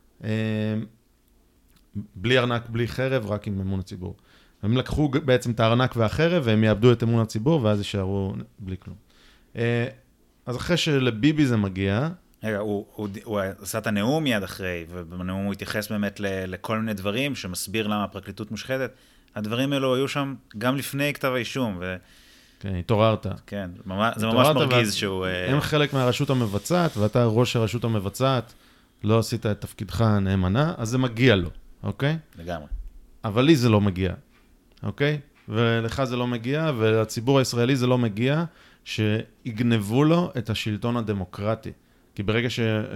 בלי ארנק, בלי חרב, רק עם אמון הציבור. הם לקחו בעצם את הארנק והחרב, והם יאבדו את אמון הציבור, ואז יישארו בלי כלום. אז אחרי שלביבי זה מגיע... רגע, הוא עשה את הנאום מיד אחרי, ובנאום הוא התייחס באמת לכל מיני דברים, שמסביר למה הפרקליטות מושחתת. הדברים האלו היו שם גם לפני כתב האישום, כן, התעוררת. כן, זה ממש מרגיז שהוא... הם חלק מהרשות המבצעת, ואתה ראש הרשות המבצעת, לא עשית את תפקידך נאמנה, אז זה מגיע לו, אוקיי? לגמרי. אבל לי זה לא מגיע, אוקיי? ולך זה לא מגיע, ולציבור הישראלי זה לא מגיע, שיגנבו לו את השלטון הדמוקרטי. כי ברגע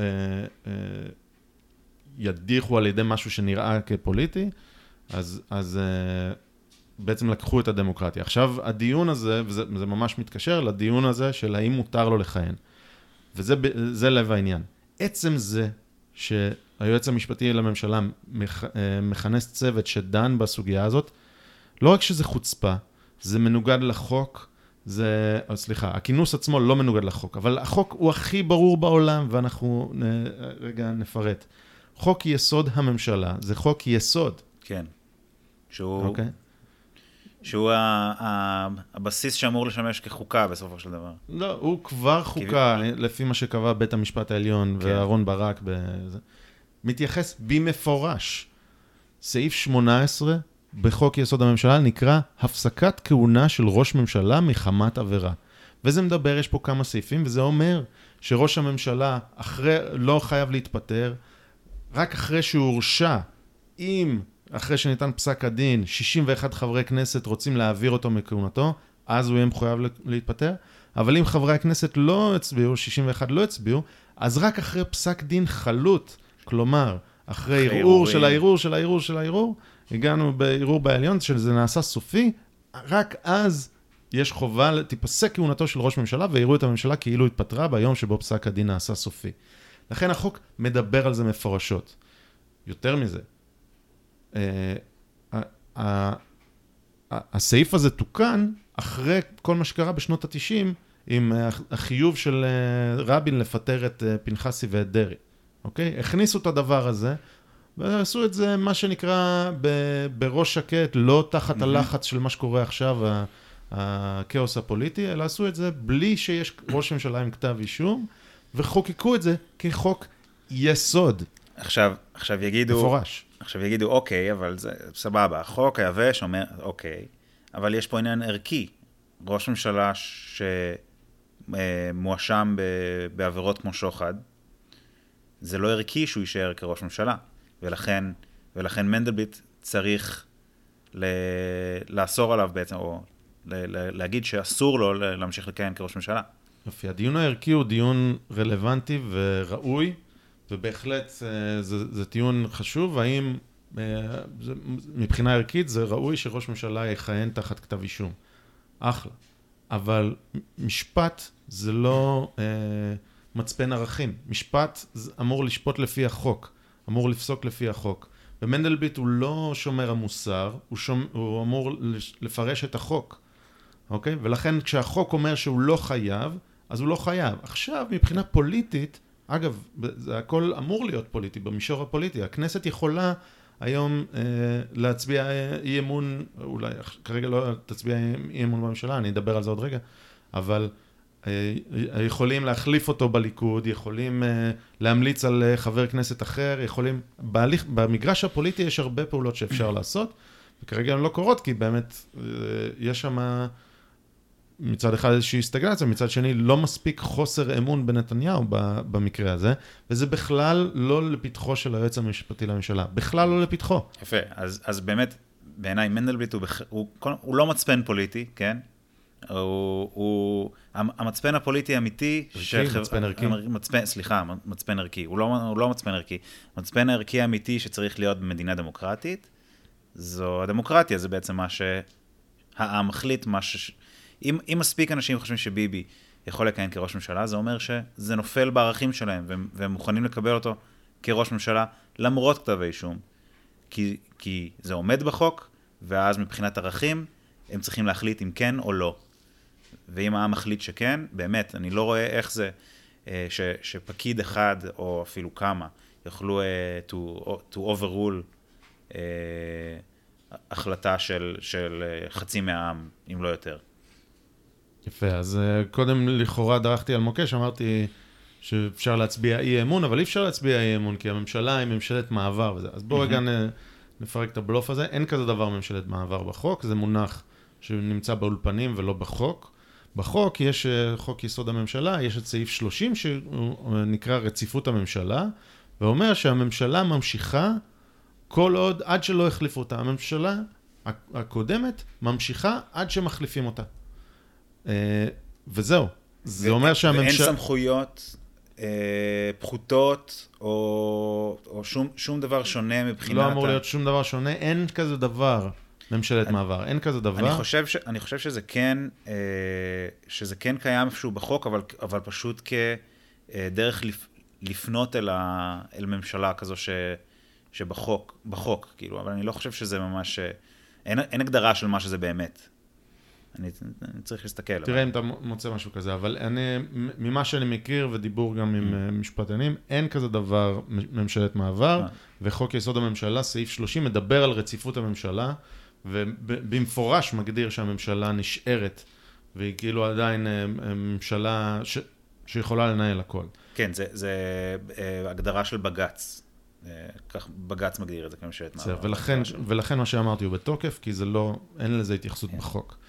שידיחו על ידי משהו שנראה כפוליטי, אז בעצם לקחו את הדמוקרטיה. עכשיו, הדיון הזה, וזה ממש מתקשר לדיון הזה של האם מותר לו לכהן. וזה לב העניין. עצם זה שהיועץ המשפטי לממשלה מכנס צוות שדן בסוגיה הזאת, לא רק שזה חוצפה, זה מנוגד לחוק, הכינוס עצמו לא מנוגד לחוק, אבל החוק הוא הכי ברור בעולם, ואנחנו רגע נפרט. חוק יסוד הממשלה, זה חוק יסוד. כן. שהוא הבסיס שאמור לשמש כחוקה בסופו של דבר. לא, הוא כבר חוקה, לפי מה שקבע בית המשפט העליון ואהרון ברק, מתייחס במפורש. סעיף 18 בחוק יסוד הממשלה נקרא הפסקת כהונה של ראש ממשלה מחמת עבירה. וזה מדבר, יש פה כמה סעיפים, וזה אומר שראש הממשלה לא חייב להתפטר, רק אחרי שהוא הורשע, אחרי שניתן פסק הדין, 61 חברי כנסת רוצים להעביר אותו מכהונתו, אז הוא יהיה מחויב להתפטר. אבל אם חברי הכנסת לא הצביעו, 61 לא הצביעו, אז רק אחרי פסק דין חלוט, כלומר, אחרי ערעור של הערעור של הערעור של הערעור, הגענו בערעור בעליון, שזה נעשה סופי, רק אז יש חובה, תיפסק כהונתו של ראש ממשלה, ויראו את הממשלה כאילו התפטרה ביום שבו פסק הדין נעשה סופי. לכן החוק מדבר על זה מפורשות. יותר מזה, הסעיף הזה תוקן אחרי כל מה שקרה בשנות ה-90, עם החיוב של רבין לפטר את פנחסי ואת דרעי. אוקיי? הכניסו את הדבר הזה, ועשו את זה מה שנקרא בראש שקט, לא תחת הלחץ של מה שקורה עכשיו, הכאוס הפוליטי, אלא עשו את זה בלי שיש ראש ממשלה עם כתב אישום, וחוקקו את זה כחוק יסוד. עכשיו יגידו... מפורש. עכשיו יגידו, אוקיי, אבל זה סבבה, החוק היבש אומר, אוקיי, אבל יש פה עניין ערכי. ראש ממשלה שמואשם בעבירות כמו שוחד, זה לא ערכי שהוא יישאר כראש ממשלה, ולכן מנדלבליט צריך לאסור עליו בעצם, או להגיד שאסור לו להמשיך לכהן כראש ממשלה. יופי, הדיון הערכי הוא דיון רלוונטי וראוי, ובהחלט זה טיעון חשוב, האם מבחינה ערכית זה ראוי שראש ממשלה יכהן תחת כתב אישום. אחלה. אבל משפט זה לא מצפן ערכים. משפט אמור לשפוט לפי החוק, אמור לפסוק לפי החוק. ומנדלבליט הוא לא שומר המוסר, הוא אמור לפרש את החוק. אוקיי? ולכן כשהחוק אומר שהוא לא חייב, אז הוא לא חייב. עכשיו, מבחינה פוליטית, אגב, זה הכל אמור להיות פוליטי, במישור הפוליטי. הכנסת יכולה היום להצביע אי אמון, אולי כרגע לא תצביע אי אמון בממשלה, אני אדבר על זה עוד רגע, אבל יכולים להחליף אותו בליכוד, יכולים להמליץ על חבר כנסת אחר, יכולים, במגרש הפוליטי יש הרבה פעולות שאפשר לעשות, וכרגע הן לא קורות, כי באמת יש שם מצד אחד איזושהי הסתגלציה, מצד שני לא מספיק חוסר אמון בנתניהו במקרה הזה, וזה בכלל לא לפתחו של היועץ המשפטי לממשלה, בכלל לא לפתחו. יפה, אז באמת, בעיניי מנדלבליט הוא לא מצפן פוליטי, כן? המצפן הפוליטי האמיתי, מצפן ערכי. סליחה, מצפן ערכי, הוא לא מצפן ערכי. מצפן הערכי האמיתי שצריך להיות במדינה דמוקרטית, זו הדמוקרטיה, זה בעצם מה שהעם מחליט, אם מספיק אנשים חושבים שביבי יכול לכהן כראש ממשלה, זה אומר שזה נופל בערכים שלהם, והם מוכנים לקבל אותו כראש ממשלה, למרות כתב האישום. כי זה עומד בחוק, ואז מבחינת ערכים, הם צריכים להחליט אם כן או לא. ואם העם מחליט שכן, באמת, אני לא רואה איך זה שפקיד אחד, או אפילו כמה, יוכלו to overrule החלטה של חצי מהעם, אם לא יותר. יפה, אז קודם לכאורה דרכתי על מוקש, אמרתי שאפשר להצביע אי אמון, אבל אי אפשר להצביע אי אמון, כי הממשלה היא ממשלת מעבר וזה. אז בואו רגע נפרק את הבלוף הזה. אין כזה דבר ממשלת מעבר בחוק, זה מונח שנמצא באולפנים ולא בחוק. בחוק יש חוק יסוד הממשלה, יש את סעיף 30 שנקרא רציפות הממשלה, ואומר שהממשלה ממשיכה כל עוד, עד שלא החליפו אותה. הממשלה הקודמת ממשיכה עד שמחליפים אותה. וזהו. זה אומר ואין סמכויות פחותות, או שום דבר שונה מבחינת... לא אמור להיות שום דבר שונה, אין כזה דבר ממשלת מעבר, אין כזה דבר. אני חושב שזה כן קיים איפשהו בחוק, אבל פשוט כדרך לפנות אל ממשלה כזו שבחוק, כאילו, אבל אני לא חושב שזה ממש... אין הגדרה של מה שזה באמת. אני צריך להסתכל. תראה אם אתה מוצא משהו כזה, אבל ממה שאני מכיר ודיבור גם עם משפטנים, אין כזה דבר ממשלת מעבר, וחוק יסוד הממשלה, סעיף 30, מדבר על רציפות הממשלה, ובמפורש מגדיר שהממשלה נשארת, והיא כאילו עדיין ממשלה שיכולה לנהל הכל. כן, זה הגדרה של בגץ. כך בגץ מגדיר את זה כממשלת מעבר. ולכן מה שאמרתי הוא בתוקף, כי אין לזה התייחסות בחוק.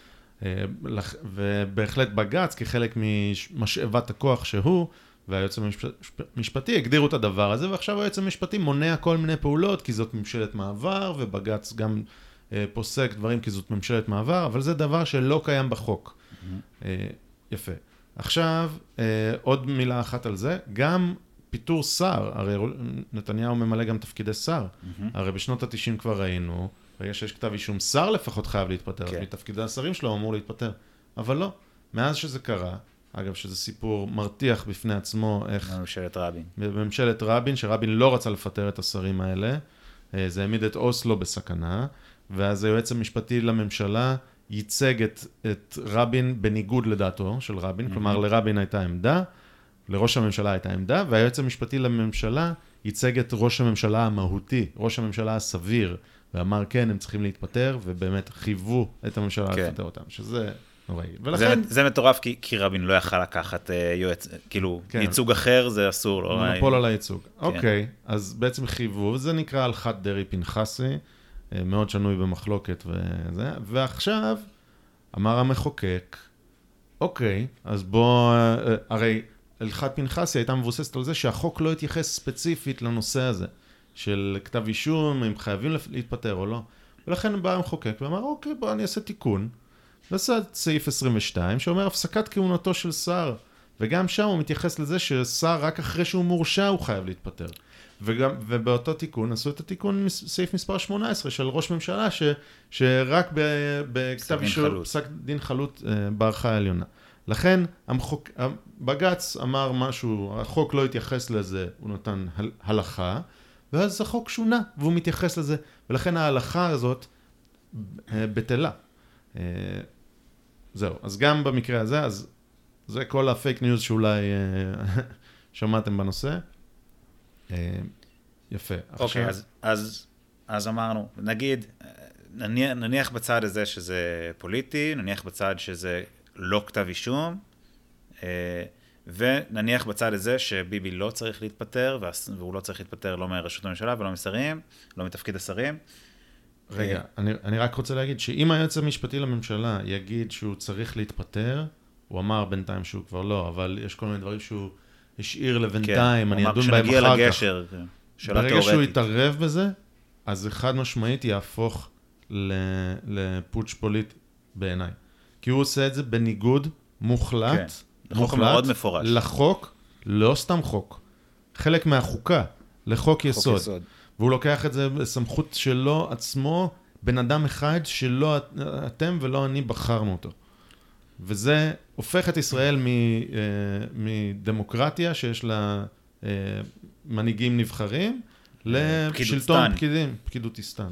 ובהחלט בגץ, כחלק משאבת הכוח שהוא, והיועץ המשפטי הגדירו את הדבר הזה, ועכשיו היועץ המשפטי מונע כל מיני פעולות, כי זאת ממשלת מעבר, ובגץ גם פוסק דברים, כי זאת ממשלת מעבר, אבל זה דבר שלא קיים בחוק. יפה. עכשיו, עוד מילה אחת על זה, גם פיתור שר, הרי נתניהו ממלא גם תפקידי שר, הרי בשנות ה-90 כבר ראינו, ברגע שיש כתב אישום, שר לפחות חייב להתפטר, אז מתפקידי השרים שלו אמור להתפטר. אבל לא, מאז שזה קרה, אגב שזה סיפור מרתיח בפני עצמו, איך... בממשלת רבין. בממשלת רבין, שרבין לא רצה לפטר את השרים האלה, זה העמיד את אוסלו בסכנה, ואז היועץ המשפטי לממשלה ייצג את רבין בניגוד לדעתו של רבין, כלומר לרבין הייתה עמדה, לראש הממשלה הייתה עמדה, והיועץ המשפטי לממשלה ייצג את ראש הממשלה המהותי, ראש הממשלה הסביר, ואמר כן, הם צריכים להתפטר, ובאמת חייבו את הממשלה לפטר אותם, שזה נוראי. זה מטורף, כי רבין לא יכל לקחת יועץ, כאילו, ייצוג אחר זה אסור. מונופול על הייצוג. אוקיי, אז בעצם חייבו, וזה נקרא הלכת דרעי פנחסי, מאוד שנוי במחלוקת וזה, ועכשיו אמר המחוקק, אוקיי, אז בוא, הרי הלכת פנחסי הייתה מבוססת על זה שהחוק לא התייחס ספציפית לנושא הזה, של כתב אישום, אם חייבים להתפטר או לא. ולכן בא המחוקק ואמר, אוקיי, בוא אני אעשה תיקון. ועשה סעיף 22, שאומר הפסקת כהונתו של שר. וגם שם הוא מתייחס לזה ששר רק אחרי שהוא מורשע הוא חייב להתפטר. ובאותו תיקון עשו את התיקון סעיף מספר 18 של ראש ממשלה, שרק בכתב אישום, פסק דין חלוט בערכאה העליונה. לכן בג"ץ אמר משהו, החוק לא התייחס לזה, הוא נתן הלכה, ואז החוק שונה, והוא מתייחס לזה, ולכן ההלכה הזאת בטלה. זהו, אז גם במקרה הזה, אז זה כל הפייק ניוז שאולי שמעתם בנושא. יפה. אוקיי, אז אמרנו, נניח בצד הזה שזה פוליטי, נניח בצד שזה לא כתב אישום, ונניח בצד הזה שביבי לא צריך להתפטר, והוא לא צריך להתפטר לא מראשות הממשלה ולא משרים, לא מתפקיד השרים. רגע, אני רק רוצה להגיד שאם היועץ המשפטי לממשלה יגיד שהוא צריך להתפטר, הוא אמר בינתיים שהוא כבר לא, אבל יש כל מיני דברים שהוא השאיר לבינתיים, אני אדון בהם אחר כך. לגשר, שאלה ברגע תיאורטית. שהוא יתערב בזה, אז זה חד משמעית יהפוך לפוטש פוליטי בעיניי. כי הוא עושה את זה בניגוד מוחלט, לחוק מאוד מפורש. לחוק, לא סתם חוק, חלק מהחוקה, לחוק יסוד. והוא לוקח את זה בסמכות שלו עצמו, בן אדם אחד שלא אתם ולא אני בחרנו אותו. וזה הופך את ישראל מדמוקרטיה שיש לה מנהיגים נבחרים, לשלטון פקידותיסטן.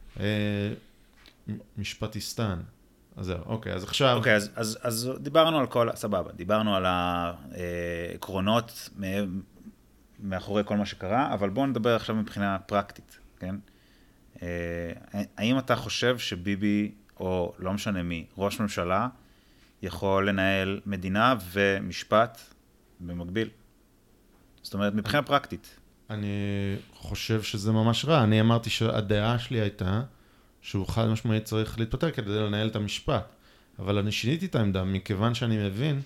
משפטיסטן. אז זהו, אוקיי, אז עכשיו... אוקיי, אז דיברנו על כל... סבבה, דיברנו על העקרונות מאחורי כל מה שקרה, אבל בואו נדבר עכשיו מבחינה פרקטית, כן? האם אתה חושב שביבי, או לא משנה מי, ראש ממשלה, יכול לנהל מדינה ומשפט במקביל? זאת אומרת, מבחינה פרקטית. אני חושב שזה ממש רע. אני אמרתי שהדעה שלי הייתה שהוא חד משמעית צריך להתפטר כדי לנהל את המשפט. אבל אני שיניתי את העמדה מכיוון שאני מבין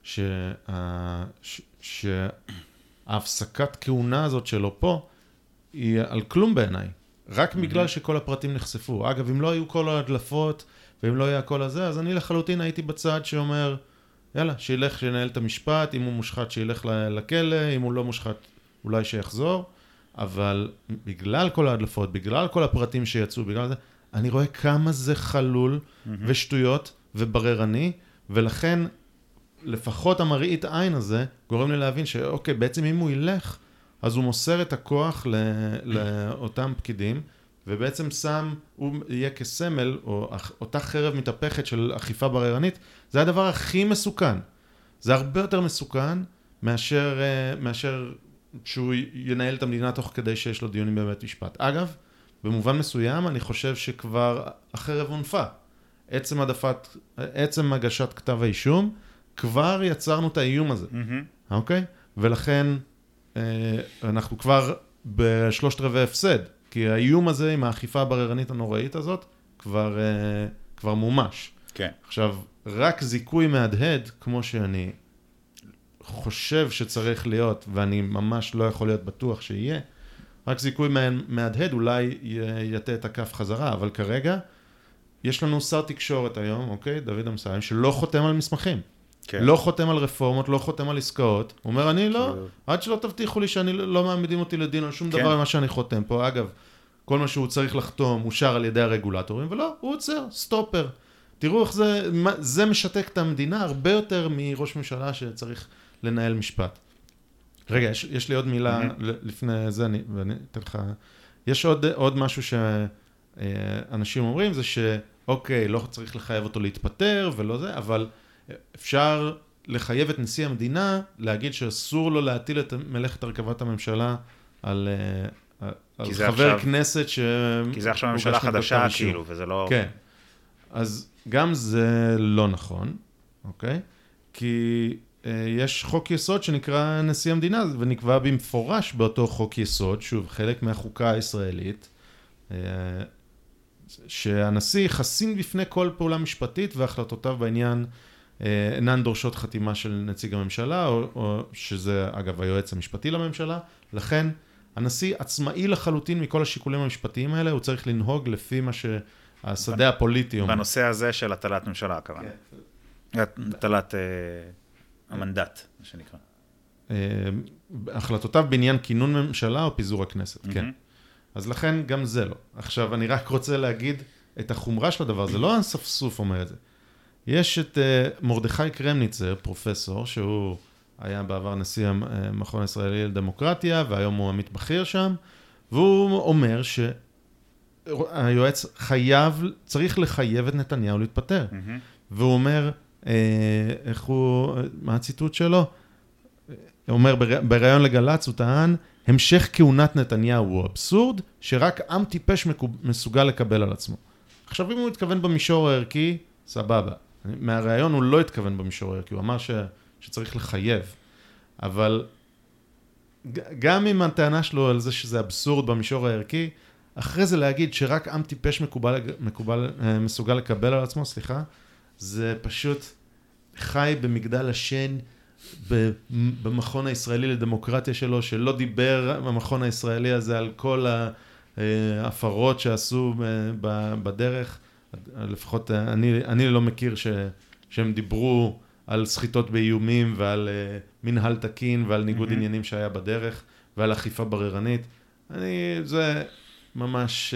שההפסקת כהונה הזאת שלו פה היא על כלום בעיניי. רק בגלל שכל הפרטים נחשפו. אגב, אם לא היו כל ההדלפות ואם לא היה כל הזה, אז אני לחלוטין הייתי בצד שאומר, יאללה, שילך שינהל את המשפט, אם הוא מושחת שילך לכלא, אם הוא לא מושחת אולי שיחזור, אבל בגלל כל ההדלפות, בגלל כל הפרטים שיצאו, בגלל זה, אני רואה כמה זה חלול ושטויות ובררני, ולכן לפחות המראית עין הזה גורם לי להבין שאוקיי, בעצם אם הוא ילך, אז הוא מוסר את הכוח לאותם פקידים, ובעצם הוא יהיה כסמל, או אותה חרב מתהפכת של אכיפה בררנית, זה הדבר הכי מסוכן. זה הרבה יותר מסוכן מאשר שהוא ינהל את המדינה תוך כדי שיש לו דיונים בבית משפט. אגב, במובן מסוים אני חושב שכבר החרב הונפה. עצם הגשת כתב האישום, כבר יצרנו את האיום הזה. אוקיי? ולכן אנחנו כבר בשלושת רבעי הפסד. כי האיום הזה עם האכיפה הבררנית הנוראית הזאת כבר מומש. כן. עכשיו, רק זיכוי מהדהד, כמו שאני חושב שצריך להיות, ואני ממש לא יכול להיות בטוח שיהיה, רק זיכוי מהדהד אולי יתה את הכף חזרה, אבל כרגע יש לנו שר תקשורת היום, אוקיי? דוד אמסלם, שלא חותם על מסמכים. כן. לא חותם על רפורמות, לא חותם על עסקאות. הוא אומר, אני לא, עד שלא תבטיחו לי שאני לא מעמידים אותי לדין על שום דבר ממה שאני חותם פה. אגב, כל מה שהוא צריך לחתום אושר על ידי הרגולטורים, ולא, הוא עוצר, סטופר. תראו איך זה משתק את המדינה הרבה יותר מראש ממשלה שצריך לנהל משפט. רגע, יש לי עוד מילה לפני זה, ואני אתן לך... יש עוד משהו שאנשים אומרים, זה שאוקיי, לא צריך לחייב אותו להתפטר ולא זה, אבל אפשר לחייב את נשיא המדינה להגיד שאסור לו להטיל את מלאכת הרכבת הממשלה על חבר כנסת ש... כי זה עכשיו ממשלה חדשה כאילו, וזה לא... כן. אז גם זה לא נכון, אוקיי? כי יש חוק יסוד שנקרא נשיא המדינה, ונקבע במפורש באותו חוק יסוד, שוב, חלק מהחוקה הישראלית, שהנשיא חסין בפני כל פעולה משפטית, והחלטותיו בעניין אינן דורשות חתימה של נציג הממשלה, או שזה, אגב, היועץ המשפטי לממשלה. לכן, הנשיא עצמאי לחלוטין מכל השיקולים המשפטיים האלה, הוא צריך לנהוג לפי מה שהשדה הפוליטי אומר. בנושא הזה של הטלת ממשלה, הכוונה. הטלת המנדט, מה שנקרא. החלטותיו בעניין כינון ממשלה או פיזור הכנסת, כן. אז לכן גם זה לא. עכשיו, אני רק רוצה להגיד את החומרה של הדבר, זה לא הספסוף אומר את זה. יש את מרדכי קרמניצר, פרופסור, שהוא היה בעבר נשיא המכון הישראלי לדמוקרטיה, והיום הוא עמית בכיר שם, והוא אומר שהיועץ צריך לחייב את נתניהו להתפטר. והוא אומר, מה הציטוט שלו? הוא אומר, בראיון לגלץ הוא טען, המשך כהונת נתניהו הוא אבסורד, שרק עם טיפש מסוגל לקבל על עצמו. עכשיו, אם הוא התכוון במישור הערכי, סבבה. מהראיון הוא לא התכוון במישור הערכי, הוא אמר שצריך לחייב. אבל גם אם הטענה שלו על זה שזה אבסורד במישור הערכי, אחרי זה להגיד שרק עם טיפש מסוגל לקבל על עצמו, זה פשוט חי במגדל השן במכון הישראלי לדמוקרטיה שלו, שלא דיבר במכון הישראלי הזה על כל ההפרות שעשו בדרך. לפחות אני לא מכיר שהם דיברו על סחיטות באיומים ועל מנהל תקין ועל ניגוד עניינים שהיה בדרך ועל אכיפה בררנית. זה ממש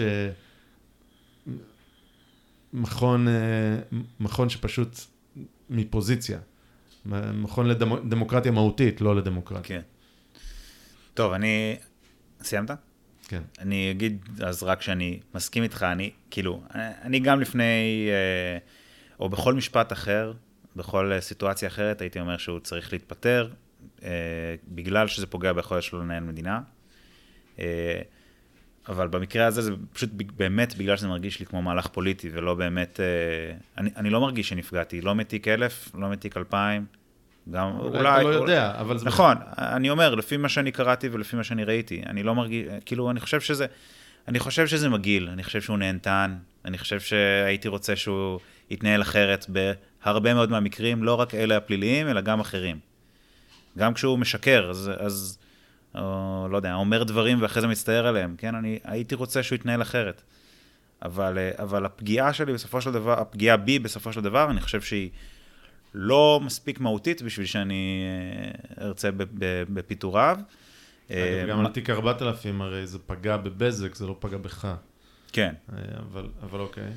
מכון שפשוט מפוזיציה. מכון לדמוקרטיה מהותית, לא לדמוקרטיה. כן. טוב, סיימת? כן. אני אגיד אז רק שאני מסכים איתך, אני גם לפני, או בכל משפט אחר, בכל סיטואציה אחרת, הייתי אומר שהוא צריך להתפטר, בגלל שזה פוגע ביכולת שלו לנהל מדינה. אבל במקרה הזה זה פשוט באמת בגלל שזה מרגיש לי כמו מהלך פוליטי, ולא באמת, אני לא מרגיש שנפגעתי, לא מתיק 1,000, לא מתיק 2,000, גם אולי אתה לא יודע, אבל זה... נכון, אני אומר, לפי מה שאני קראתי ולפי מה שאני ראיתי, אני לא מרגיש, כאילו, אני חושב שזה מגעיל, אני חושב שהוא נהנתן, אני חושב שהייתי רוצה שהוא יתנהל אחרת בהרבה מאוד מהמקרים, לא רק אלה הפליליים, אלא גם אחרים. גם כשהוא משקר, אז לא יודע, אומר דברים ואחרי זה מצטער עליהם, כן? אני הייתי רוצה שהוא יתנהל אחרת. אבל הפגיעה שלי בסופו של דבר, הפגיעה בי בסופו של דבר, אני חושב שהיא לא מספיק מהותית בשביל שאני ארצה בפיתוריו. גם לתיק 4,000, הרי זה פגע בבזק, זה לא פגע בך. כן. אבל אוקיי.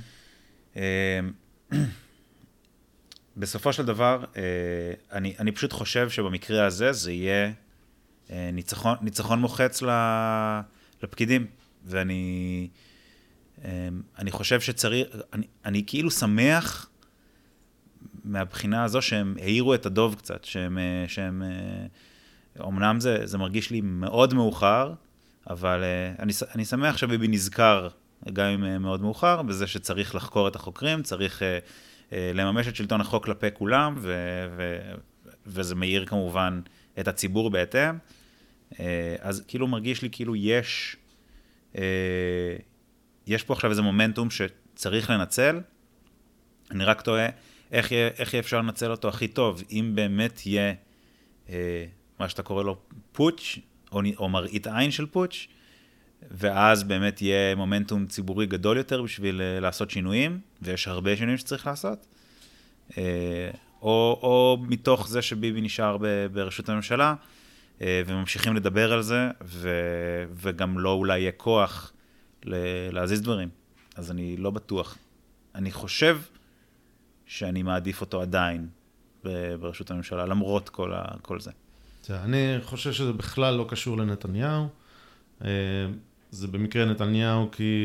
בסופו של דבר, אני פשוט חושב שבמקרה הזה זה יהיה ניצחון מוחץ לפקידים, ואני חושב שצריך, אני כאילו שמח מהבחינה הזו שהם העירו את הדוב קצת, שהם אמנם זה מרגיש לי מאוד מאוחר, אבל אני שמח שביבי נזכר גם אם מאוד מאוחר, בזה שצריך לחקור את החוקרים, צריך לממש את שלטון החוק כלפי כולם, וזה מאיר כמובן את הציבור בהתאם. אז כאילו מרגיש לי כאילו יש פה עכשיו איזה מומנטום שצריך לנצל. אני רק תוהה איך יהיה אפשר לנצל אותו הכי טוב, אם באמת יהיה מה שאתה קורא לו פוטש, או מראית עין של פוטש, ואז באמת יהיה מומנטום ציבורי גדול יותר בשביל לעשות שינויים, ויש הרבה שינויים שצריך לעשות, או מתוך זה שביבי נשאר בראשות הממשלה, וממשיכים לדבר על זה, וגם לא אולי יהיה כוח להזיז דברים. אז אני לא בטוח. אני חושב שאני מעדיף אותו עדיין בראשות הממשלה, למרות כל זה. אני חושב שזה בכלל לא קשור לנתניהו. זה במקרה נתניהו כי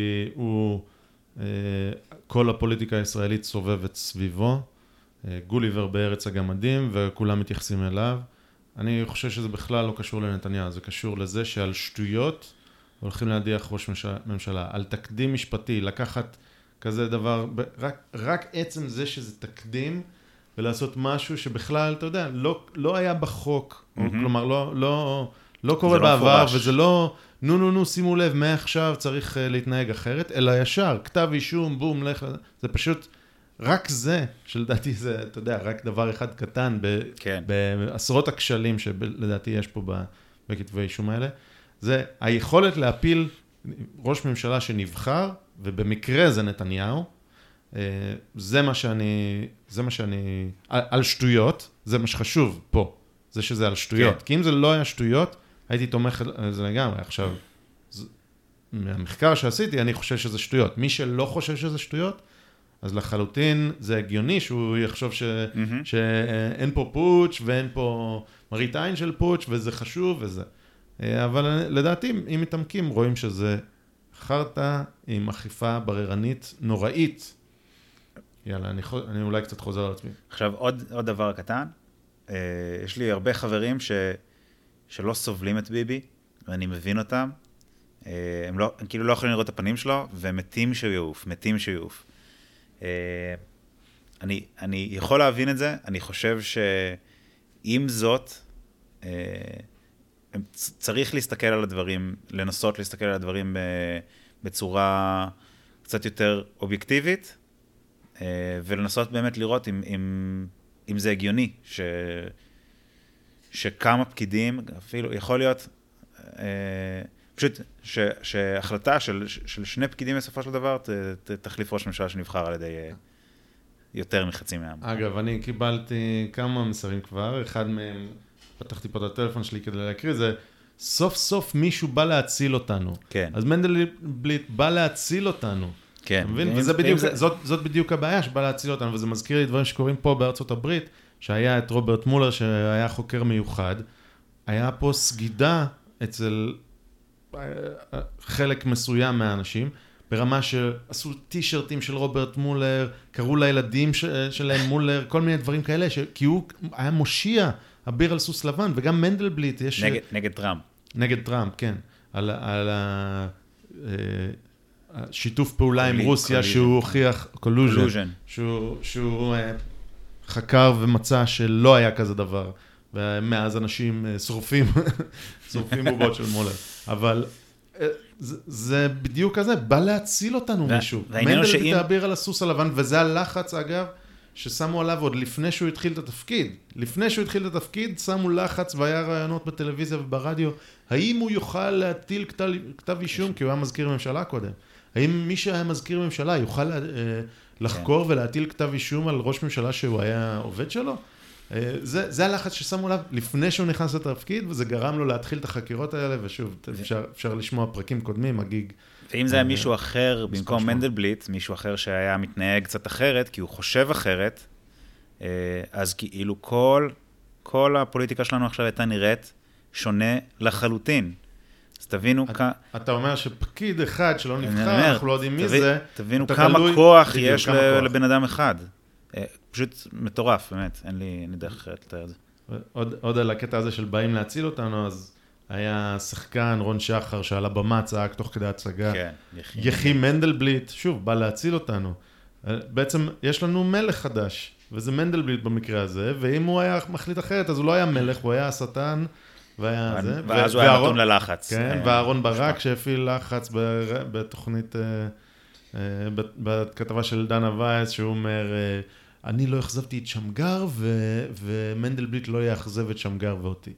כל הפוליטיקה הישראלית סובבת סביבו. גוליבר בארץ הגמדים וכולם מתייחסים אליו. אני חושב שזה בכלל לא קשור לנתניהו, זה קשור לזה שעל שטויות הולכים להדיח ראש ממשלה. על תקדים משפטי, לקחת כזה דבר, רק עצם זה שזה תקדים, ולעשות משהו שבכלל, אתה יודע, לא היה בחוק, כלומר, לא קורה בעבר, וזה לא, נו, שימו לב, מעכשיו צריך להתנהג אחרת, אלא ישר, כתב אישום, בום, לך, זה פשוט, רק זה, שלדעתי זה, אתה יודע, רק דבר אחד קטן, בעשרות הכשלים שלדעתי יש פה בכתבי אישום האלה, זה היכולת להפיל ראש ממשלה שנבחר, ובמקרה זה נתניהו, זה מה שאני, על שטויות, זה מה שחשוב פה, זה שזה על שטויות. כי אם זה לא היה שטויות, הייתי תומך על זה לגמרי. עכשיו, מהמחקר שעשיתי, אני חושב שזה שטויות. מי שלא חושב שזה שטויות, אז לחלוטין זה הגיוני שהוא יחשוב שאין פה פוטש, ואין פה מראית עין של פוטש, וזה חשוב וזה. אבל לדעתי, אם מתעמקים, רואים שזה חרטה עם אכיפה בררנית נוראית. יאללה, אני אולי קצת חוזר על עצמי. עכשיו, עוד דבר קטן. יש לי הרבה חברים שלא סובלים את ביבי, ואני מבין אותם. הם כאילו לא יכולים לראות את הפנים שלו, והם מתים שהוא יעוף. אני יכול להבין את זה. אני חושב עם זאת, צריך להסתכל על הדברים, לנסות להסתכל על הדברים בצורה קצת יותר אובייקטיבית, ולנסות באמת לראות אם זה הגיוני, שכמה פקידים, אפילו יכול להיות, פשוט שהחלטה של שני פקידים בסופו של דבר תחליף ראש ממשלה שנבחר על ידי יותר מחצי מהעם. אגב, אני קיבלתי כמה מסרים כבר, אחד מהם, פתחתי פה את הטלפון שלי כדי להקריא, זה סוף סוף מישהו בא להציל אותנו. כן. אז מנדלבליט בא להציל אותנו. כן. אתה מבין? וזה בדיוק, זאת בדיוק הבעיה שבא להציל אותנו, וזה מזכיר לי דברים שקורים פה בארצות הברית, שהיה את רוברט מולר שהיה חוקר מיוחד, היה פה סגידה אצל חלק מסוים מהאנשים, ברמה שעשו טישרטים של רוברט מולר, קראו לילדים שלהם מולר, כל מיני דברים כאלה, כי הוא היה מושיע, אביר על סוס לבן, וגם מנדלבליט יש... נגד טראמפ. נגד טראמפ, כן. על שיתוף פעולה עם רוסיה, שהוא הוכיח, קולוז'ן, שהוא חקר ומצא שלא היה כזה דבר, ומאז אנשים שורפים בובות של מולר. אבל זה בדיוק כזה, בא להציל אותנו מישהו. מנדלבליט האביר על הסוס הלבן, וזה הלחץ, אגב, ששמו עליו עוד לפני שהוא התחיל את התפקיד. לפני שהוא התחיל את התפקיד, שמו לחץ והיה רעיונות בטלוויזיה וברדיו. האם הוא יוכל להטיל כתב אישום, כי הוא היה מזכיר ממשלה קודם? האם מי שהיה מזכיר ממשלה יוכל לחקור ולהטיל כתב אישום על ראש ממשלה שהוא היה עובד שלו? זה הלחץ ששמו עליו לפני שהוא נכנס לתפקיד, וזה גרם לו להתחיל את החקירות האלה, ושוב, אפשר לשמוע פרקים קודמים, הגיג. ואם זה היה מישהו אחר, במקום מנדלבליט, מישהו אחר שהיה מתנהג קצת אחרת, כי הוא חושב אחרת, אז כאילו כל הפוליטיקה שלנו עכשיו הייתה נראית שונה לחלוטין. אז תבינו אתה אומר שפקיד אחד שלא נבחר, אנחנו לא יודעים מי זה. תבינו כמה כוח יש לבן אדם אחד. פשוט מטורף, באמת, אין לי דרך אחרת לתאר את זה. עוד על הקטע הזה של באים להציל אותנו, אז היה שחקן רון שחר שעל הבמה צעק תוך כדי הצגה. כן, יחי מנדלבליט, שוב, בא להציל אותנו. בעצם יש לנו מלך חדש, וזה מנדלבליט במקרה הזה, ואם הוא היה מחליט אחרת, אז הוא לא היה מלך, הוא היה השטן, והיה זה. ואז הוא היה נתון ללחץ. כן, ואהרון ברק שהפעיל לחץ בתוכנית, בכתבה של דנה וייס, שהוא אומר, אני לא אכזבתי את שמגר, ומנדלבליט לא יאכזב את שמגר ואותי.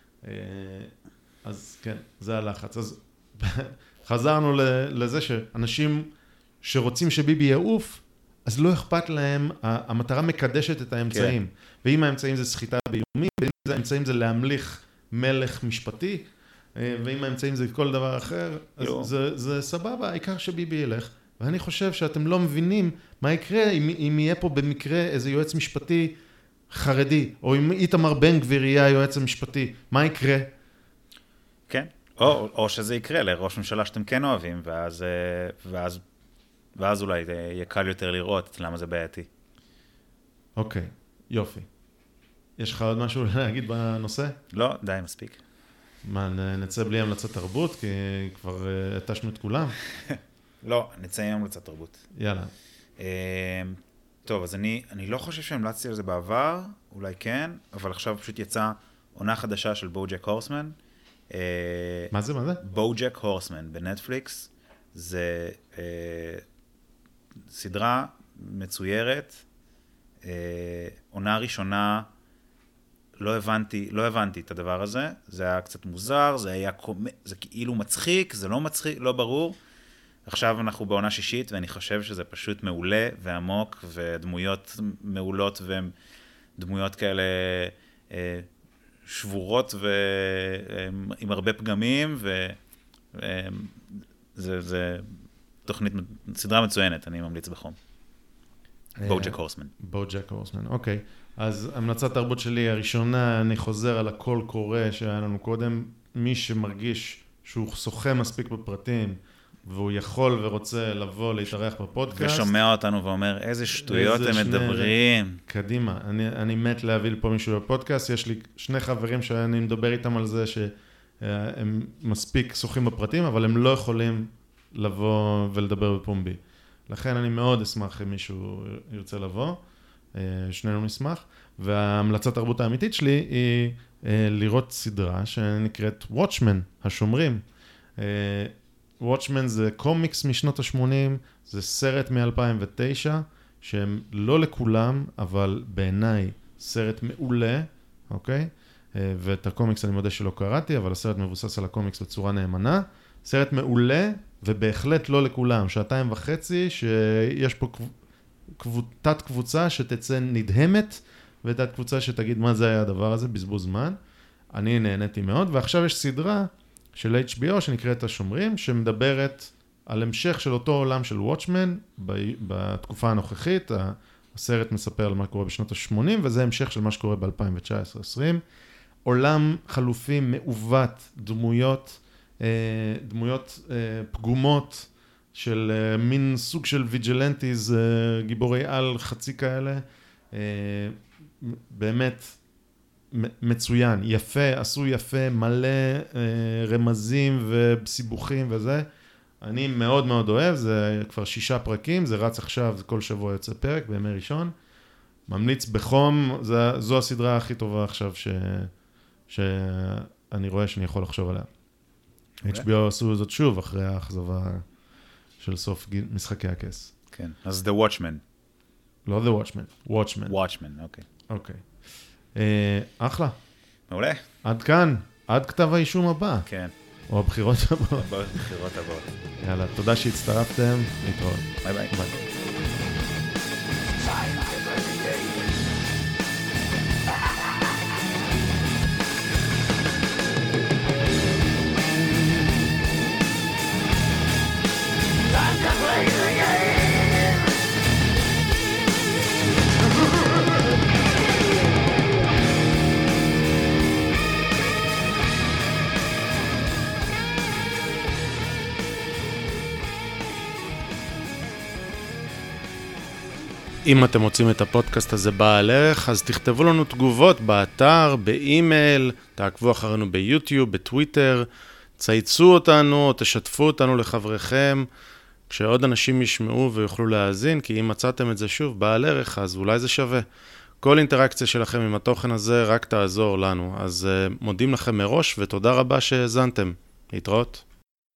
אז כן, זה הלחץ. אז חזרנו לזה שאנשים שרוצים שביבי יעוף, אז לא אכפת להם, המטרה מקדשת את האמצעים. כן. ואם האמצעים זה סחיטה באיומים, ואם האמצעים זה להמליך מלך משפטי, ואם האמצעים זה כל דבר אחר, אז זה סבבה, העיקר שביבי ילך. ואני חושב שאתם לא מבינים מה יקרה אם יהיה פה במקרה איזה יועץ משפטי חרדי, או אם איתמר בן גביר יהיה היועץ המשפטי, מה יקרה? כן, או שזה יקרה לראש ממשלה שאתם כן אוהבים, ואז אולי יהיה קל יותר לראות למה זה בעייתי. אוקיי, יופי. יש לך עוד משהו להגיד בנושא? לא, די, מספיק. מה, נצא בלי המלצת תרבות? כי כבר התשנו את כולם. לא, נצא עם המלצת תרבות. יאללה. טוב, אז אני לא חושב שהמלצתי על זה בעבר, אולי כן, אבל עכשיו פשוט יצאה עונה חדשה של בוג'ק הורסמן. מה זה? בוג'ק הורסמן בנטפליקס. זה סדרה מצוירת, עונה ראשונה, לא הבנתי את הדבר הזה, זה היה קצת מוזר, זה כאילו מצחיק, זה לא מצחיק, לא ברור. עכשיו אנחנו בעונה שישית, ואני חושב שזה פשוט מעולה ועמוק, ודמויות מעולות, והן דמויות כאלה שבורות ועם הרבה פגמים, וזה תוכנית, סדרה מצוינת, אני ממליץ בחום. בוג'ק הורסמן. בוג'ק הורסמן, אוקיי. אז המלצת תרבות שלי הראשונה, אני חוזר על הקול קורא שהיה לנו קודם, מי שמרגיש שהוא שוחה מספיק בפרטים, והוא יכול ורוצה לבוא להתארח בפודקאסט. ושומע אותנו ואומר, איזה שטויות הם מדברים. קדימה, אני מת להביא לפה מישהו בפודקאסט, יש לי שני חברים שאני מדבר איתם על זה, שהם מספיק שוחים בפרטים, אבל הם לא יכולים לבוא ולדבר בפומבי. לכן אני מאוד אשמח אם מישהו ירצה לבוא. שנינו נשמח. וההמלצת תרבות האמיתית שלי היא לראות סדרה שנקראת Watchmen, השומרים. Watchmen זה קומיקס משנות ה-80, זה סרט מ-2009, שהם לא לכולם, אבל בעיניי סרט מעולה, אוקיי? ואת הקומיקס אני מודה שלא קראתי, אבל הסרט מבוסס על הקומיקס בצורה נאמנה. סרט מעולה, ובהחלט לא לכולם. 2.5 שיש פה תת קבוצה שתצא נדהמת, ותת קבוצה שתגיד מה זה היה הדבר הזה, בזבוז זמן. אני נהניתי מאוד, ועכשיו יש סדרה של HBO שנקראת השומרים, שמדברת על המשך של אותו עולם של Watchmen בתקופה הנוכחית. הסרט מספר על מה קורה בשנות ה-80, וזה המשך של מה שקורה ב-2019-2020. עולם חלופי מעוות, דמויות פגומות של מין סוג של ויג'לנטיז, גיבורי על חצי כאלה. באמת מצוין, יפה, עשו יפה, מלא רמזים וסיבוכים וזה. אני מאוד מאוד אוהב, זה כבר 6 פרקים, זה רץ עכשיו, כל שבוע יוצא פרק בימי ראשון. ממליץ בחום, זו הסדרה הכי טובה עכשיו שאני רואה שאני יכול לחשוב עליה. HBO עשו זאת שוב אחרי האכזבה של סוף משחקי הכס. כן, אז The Watchmen. לא The Watchmen, Watchmen. Watchmen, אוקיי. אוקיי. אחלה. מעולה. עד כאן, עד כתב האישום הבא. כן. או הבחירות הבאות. הבחירות הבאות. יאללה, תודה שהצטרפתם, להתראות. ביי ביי. ביי. Time to play the game. אם אתם רוצים את הפודקאסט הזה בעל ערך, אז תכתבו לנו תגובות באתר, באימייל, תעקבו אחרינו ביוטיוב, בטוויטר, צייצו אותנו או תשתפו אותנו לחבריכם, כשעוד אנשים ישמעו ויוכלו להאזין, כי אם מצאתם את זה שוב בעל ערך, אז אולי זה שווה. כל אינטראקציה שלכם עם התוכן הזה רק תעזור לנו, אז מודים לכם מראש ותודה רבה שהאזנתם. להתראות.